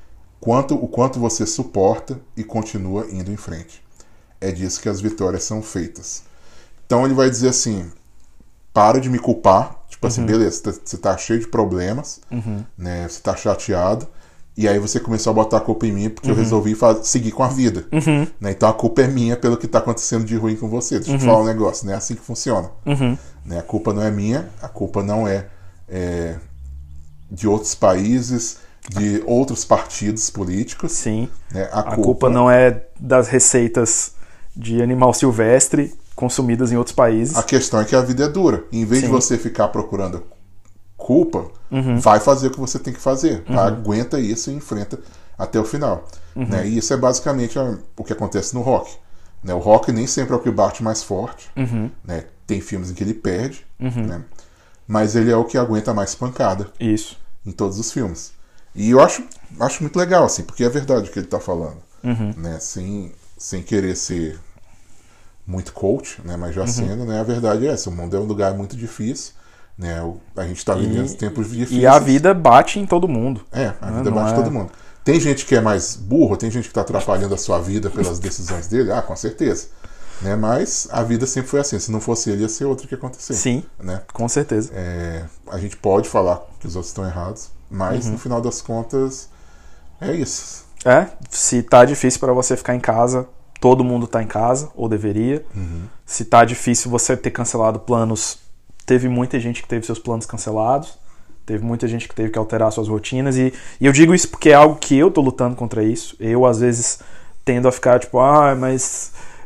O quanto você suporta e continua indo em frente. É disso que as vitórias são feitas. Então ele vai dizer assim: para de me culpar. Tipo assim, beleza, você tá cheio de problemas, né? Você tá chateado. E aí você começou a botar a culpa em mim porque eu resolvi seguir com a vida. Né? Então a culpa é minha pelo que tá acontecendo de ruim com você. Deixa eu te falar um negócio, não é assim que funciona. Né? A culpa não é minha, a culpa não é de outros países, de outros partidos políticos. Sim. Né? A culpa não é das receitas de animal silvestre consumidas em outros países. A questão é que a vida é dura. Em vez de você ficar procurando culpa, vai fazer o que você tem que fazer. Aguenta isso e enfrenta até o final. Né? E isso é basicamente o que acontece no Rock. Né? O Rock nem sempre é o que bate mais forte. Né? Tem filmes em que ele perde, né? Mas ele é o que aguenta mais pancada. Isso. Em todos os filmes. E eu acho muito legal, assim, porque é verdade o que ele está falando. Né? Sem querer ser muito coach, né? Mas já sendo, né? A verdade é essa: o mundo é um lugar muito difícil, né? A gente está vivendo tempos difíceis. E a vida bate em todo mundo. A vida bate em todo mundo. Tem gente que é mais burro, tem gente que está atrapalhando a sua vida pelas decisões dele, com certeza. Né? Mas a vida sempre foi assim: se não fosse ele, ia ser outro que acontecer. Sim, né? Com certeza. A gente pode falar que os outros estão errados, mas no final das contas é isso. Se tá difícil para você ficar em casa, todo mundo tá em casa, ou deveria. Se tá difícil você ter cancelado planos, teve muita gente que teve seus planos cancelados, teve muita gente que teve que alterar suas rotinas, e eu digo isso porque é algo que eu tô lutando contra isso. Eu, às vezes, tendo a ficar tipo, mas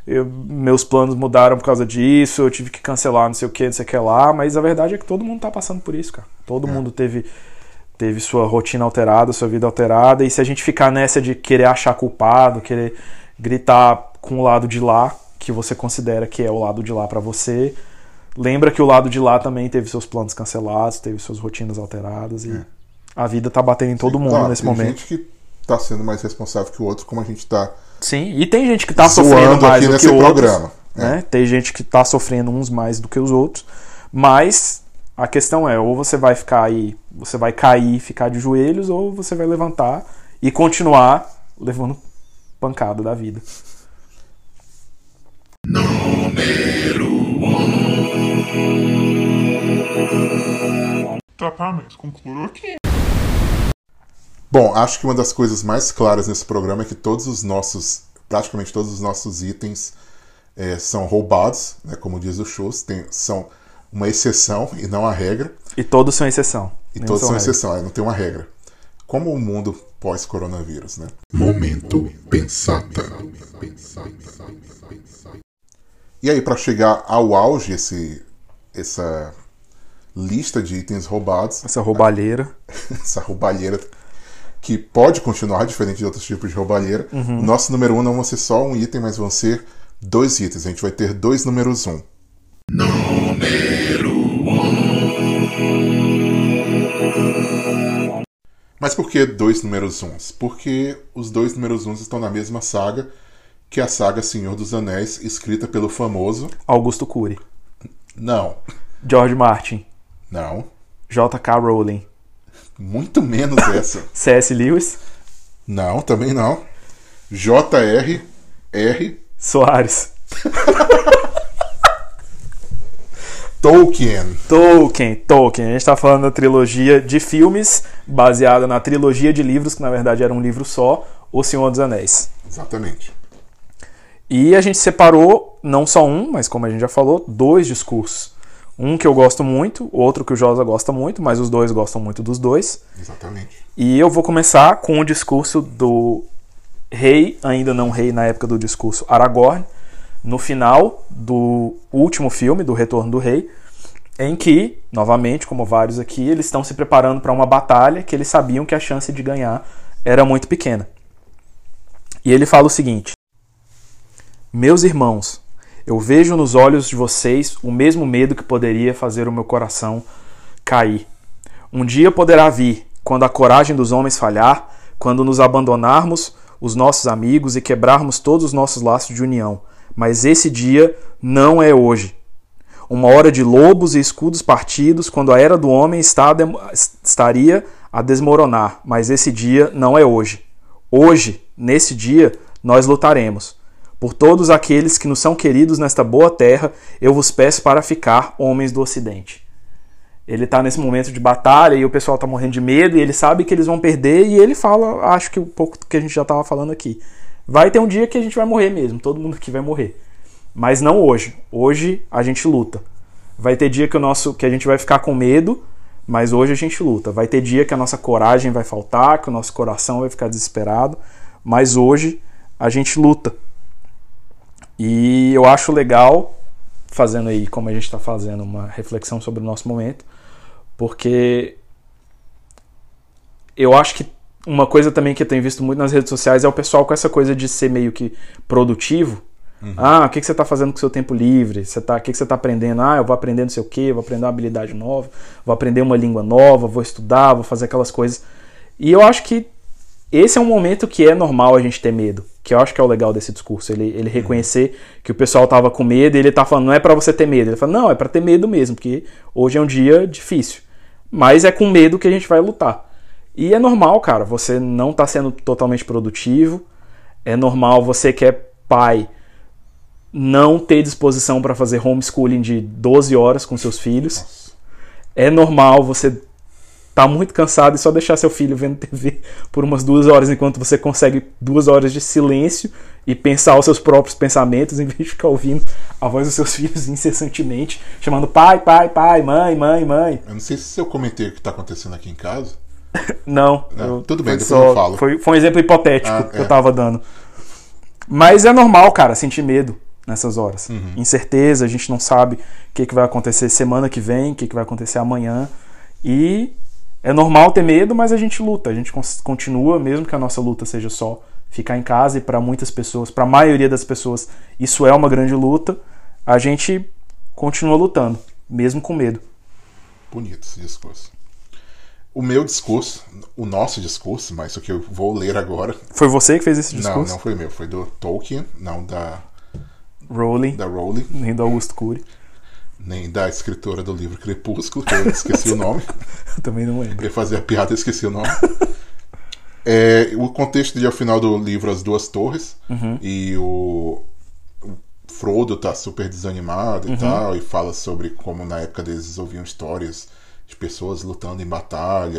meus planos mudaram por causa disso, eu tive que cancelar não sei o que lá, mas a verdade é que todo mundo tá passando por isso, cara. Todo mundo teve sua rotina alterada, sua vida alterada, e se a gente ficar nessa de querer achar culpado, querer gritar com o lado de lá, que você considera que é o lado de lá pra você, lembra que o lado de lá também teve seus planos cancelados, teve suas rotinas alteradas, e a vida tá batendo em todo mundo nesse momento. Tem gente que tá sendo mais responsável que o outro, como a gente tá. Sim, e tem gente que tá sofrendo mais do que outros, programa. Né? Tem gente que tá sofrendo uns mais do que os outros, mas a questão é, ou você vai ficar aí, você vai cair e ficar de joelhos, ou você vai levantar e continuar levando pancada da vida. Tá, mas concluiu aqui. Bom, acho que uma das coisas mais claras nesse programa é que praticamente todos os nossos itens são roubados, né, como diz o Schultz, são uma exceção e não a regra. E todos são exceção. E todos são exceção, não tem uma regra. Como o mundo pós-coronavírus, né? Momento Pensata. E aí, para chegar ao auge, essa lista de itens roubados... Essa roubalheira. Essa roubalheira que pode continuar diferente de outros tipos de roubalheira. Nosso número 1 não vão ser só um item, mas vão ser 2 itens. A gente vai ter 2 números 1. Número 1. Mas por que 2 números 1? Porque os 2 números 1 estão na mesma saga, que é a saga Senhor dos Anéis, escrita pelo famoso... Augusto Cury. Não. George Martin. Não. J.K. Rowling. Muito menos essa. C.S. Lewis. Não, também não. J.R.R. Soares. Tolkien. A gente tá falando da trilogia de filmes baseada na trilogia de livros, que na verdade era um livro só, O Senhor dos Anéis. Exatamente. E a gente separou não só um, mas como a gente já falou, 2 discursos. Um que eu gosto muito, outro que o Josa gosta muito, mas os dois gostam muito dos dois. Exatamente. E eu vou começar com o discurso do rei, ainda não rei na época do discurso, Aragorn, no final do último filme, do Retorno do Rei, em que, novamente, como vários aqui, eles estão se preparando para uma batalha que eles sabiam que a chance de ganhar era muito pequena. E ele fala o seguinte: meus irmãos, eu vejo nos olhos de vocês o mesmo medo que poderia fazer o meu coração cair. Um dia poderá vir, quando a coragem dos homens falhar, quando nos abandonarmos os nossos amigos e quebrarmos todos os nossos laços de união. Mas esse dia não é hoje. Uma hora de lobos e escudos partidos, quando a era do homem estaria a desmoronar. Mas esse dia não é hoje. Hoje, nesse dia, nós lutaremos. Por todos aqueles que nos são queridos nesta boa terra, eu vos peço para ficar, homens do Ocidente. Ele está nesse momento de batalha e o pessoal está morrendo de medo e ele sabe que eles vão perder e ele fala, acho que um pouco do que a gente já estava falando aqui. Vai ter um dia que a gente vai morrer mesmo, todo mundo aqui vai morrer. Mas não hoje. Hoje a gente luta. Vai ter dia que a gente vai ficar com medo, mas hoje a gente luta. Vai ter dia que a nossa coragem vai faltar, que o nosso coração vai ficar desesperado, mas hoje a gente luta. E eu acho legal, fazendo aí, como a gente está fazendo, uma reflexão sobre o nosso momento, porque eu acho que uma coisa também que eu tenho visto muito nas redes sociais é o pessoal com essa coisa de ser meio que produtivo. O que você está fazendo com o seu tempo livre? O que você está aprendendo? Eu vou aprender não sei o quê, vou aprender uma habilidade nova, vou aprender uma língua nova, vou estudar, vou fazer aquelas coisas. E eu acho que esse é um momento que é normal a gente ter medo, que eu acho que é o legal desse discurso, ele reconhecer que o pessoal tava com medo e ele tá falando, não é pra você ter medo, ele fala, não, é pra ter medo mesmo, porque hoje é um dia difícil, mas é com medo que a gente vai lutar. E é normal, cara, você não tá sendo totalmente produtivo, é normal você que é pai não ter disposição para fazer homeschooling de 12 horas com seus filhos, é normal você tá muito cansado e só deixar seu filho vendo TV por umas 2 horas enquanto você consegue 2 horas de silêncio e pensar os seus próprios pensamentos em vez de ficar ouvindo a voz dos seus filhos incessantemente, chamando pai, pai, pai, mãe, mãe, mãe. Eu não sei se eu comentei o que tá acontecendo aqui em casa. Não. Tudo bem, depois eu falo. Foi um exemplo hipotético que eu tava dando. Mas é normal, cara, sentir medo. nessas horas. Incerteza, a gente não sabe o que vai acontecer semana que vem, o que vai acontecer amanhã. E é normal ter medo, mas a gente luta, a gente continua, mesmo que a nossa luta seja só ficar em casa, e para muitas pessoas, para a maioria das pessoas, isso é uma grande luta, a gente continua lutando, mesmo com medo. Bonito esse discurso. O meu discurso, o nosso discurso, mas o que eu vou ler agora... Foi você que fez esse discurso? Não foi meu, foi do Tolkien, não da Rowling, nem do Augusto Cury. Nem da escritora do livro Crepúsculo, que eu esqueci o nome. Eu também não lembro. Eu ia fazer a piada e esqueci o nome. O contexto de ao final do livro As Duas Torres, e o Frodo tá super desanimado e tal, e fala sobre como na época deles ouviam histórias de pessoas lutando em batalha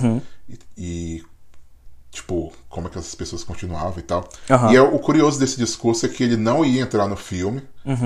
e tipo, como é que essas pessoas continuavam e tal. E o curioso desse discurso é que ele não ia entrar no filme,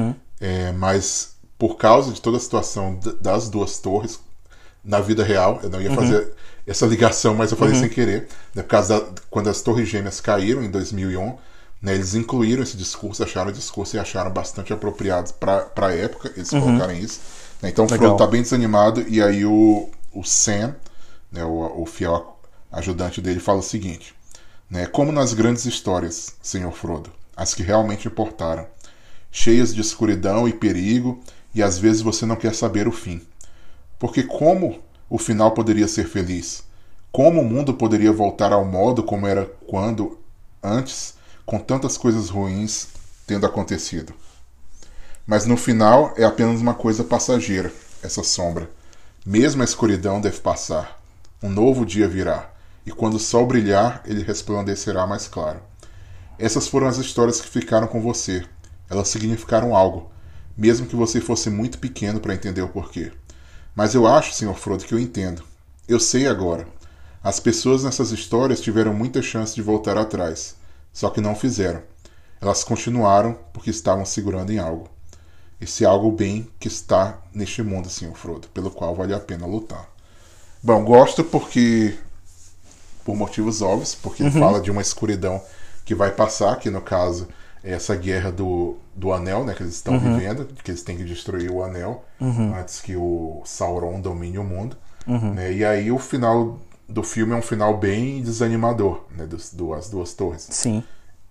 mas por causa de toda a situação das Duas Torres na vida real, eu não ia fazer essa ligação, mas eu falei sem querer, né, por causa quando as Torres Gêmeas caíram em 2001, né, eles incluíram esse discurso, acharam o discurso e acharam bastante apropriado para a época, eles colocarem isso. Né, então o Frodo tá bem desanimado, e aí o Sam, né, o fiel ajudante dele, fala o seguinte, né, como nas grandes histórias, Senhor Frodo, as que realmente importaram, cheias de escuridão e perigo, e às vezes você não quer saber o fim. Porque como o final poderia ser feliz? Como o mundo poderia voltar ao modo como era quando antes, com tantas coisas ruins tendo acontecido? Mas no final é apenas uma coisa passageira, essa sombra. Mesmo a escuridão deve passar. Um novo dia virá, e quando o sol brilhar, ele resplandecerá mais claro. Essas foram as histórias que ficaram com você. Elas significaram algo, mesmo que você fosse muito pequeno para entender o porquê. Mas eu acho, Sr. Frodo, que eu entendo. Eu sei agora. As pessoas nessas histórias tiveram muita chance de voltar atrás, só que não fizeram. Elas continuaram porque estavam segurando em algo. Esse algo bem que está neste mundo, Sr. Frodo, pelo qual vale a pena lutar. Bom, gosto porque... por motivos óbvios, porque ele fala de uma escuridão que vai passar, que no caso é essa guerra do anel, né, que eles estão vivendo, que eles têm que destruir o anel antes que o Sauron domine o mundo. Né, e aí o final do filme é um final bem desanimador, né, das Duas Torres. Sim.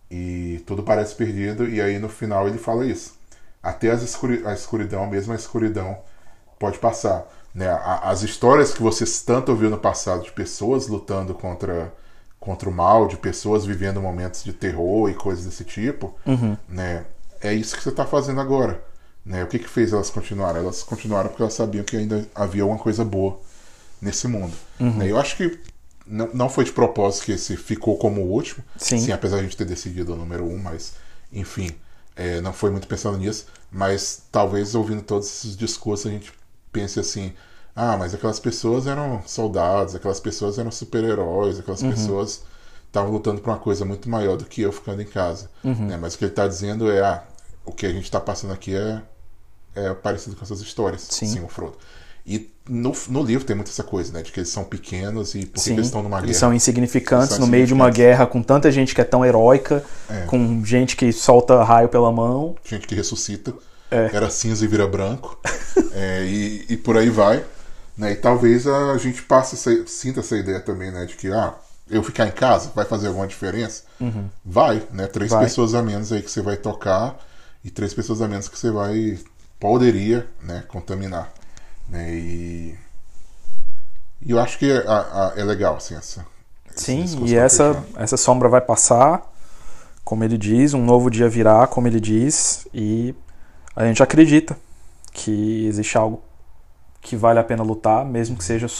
E tudo parece perdido, e aí no final ele fala isso. Até a escuridão, mesmo a escuridão, pode passar. Né, as histórias que você tanto ouviu no passado de pessoas lutando contra o mal, de pessoas vivendo momentos de terror e coisas desse tipo, né, é isso que você está fazendo agora. Né? O que fez elas continuarem? Elas continuaram porque elas sabiam que ainda havia alguma coisa boa nesse mundo. Né? Eu acho que não foi de propósito que esse ficou como o último, sim, apesar de a gente ter decidido o número 1, mas enfim, não foi muito pensando nisso, mas talvez ouvindo todos esses discursos a gente pense assim, mas aquelas pessoas eram soldados, aquelas pessoas eram super-heróis, aquelas pessoas estavam lutando por uma coisa muito maior do que eu ficando em casa. Né? Mas o que ele está dizendo é, o que a gente está passando aqui é parecido com essas histórias, sim, o Frodo. E no livro tem muito essa coisa, né, de que eles são pequenos e porque eles estão numa guerra. Eles são insignificantes no meio de uma guerra com tanta gente que é tão heróica, com gente que solta raio pela mão. Gente que ressuscita, era cinza e vira branco, e por aí vai. Né? E talvez a gente sinta essa ideia também, né, de que eu ficar em casa vai fazer alguma diferença? Vai, né? 3 pessoas a menos aí que você vai tocar e 3 pessoas a menos que você poderia, né, contaminar. Né? E eu acho que é legal, assim, sim, e essa sombra vai passar, como ele diz, um novo dia virá, como ele diz, e a gente acredita que existe algo que vale a pena lutar, mesmo que seja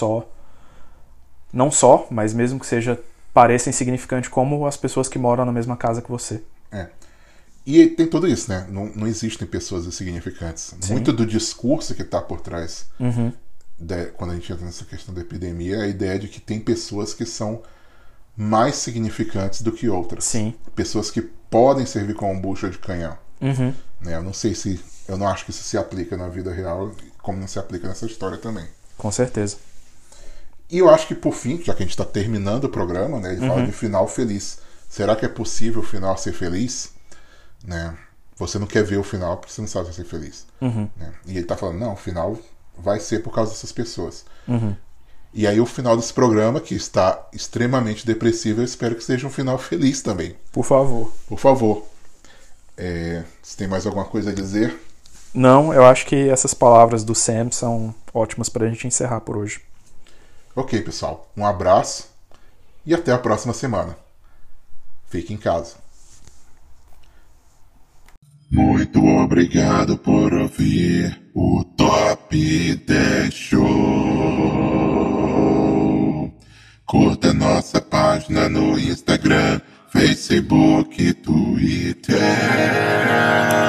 mas mesmo que pareça insignificante, como as pessoas que moram na mesma casa que você. E tem tudo isso, né? Não existem pessoas insignificantes. Sim. Muito do discurso que está por trás, quando a gente entra nessa questão da epidemia, é a ideia de que tem pessoas que são mais significantes do que outras. Sim. Pessoas que podem servir como bucha de canhão. Né? Eu não acho que isso se aplica na vida real, como não se aplica nessa história também. Com certeza. E eu acho que, por fim, já que a gente está terminando o programa, né, ele fala de final feliz. Será que é possível o final ser feliz? Né? você não quer ver o final porque você não sabe se vai ser feliz. Né? E ele tá falando, não, o final vai ser por causa dessas pessoas. E aí o final desse programa, que está extremamente depressivo, eu espero que seja um final feliz também. Por favor. Por favor. Você tem mais alguma coisa a dizer? Não, eu acho que essas palavras do Sam são ótimas pra gente encerrar por hoje. Ok, pessoal. Um abraço e até a próxima semana. Fique em casa. Muito obrigado por ouvir o Top 10 Show. Curta nossa página no Instagram, Facebook e Twitter.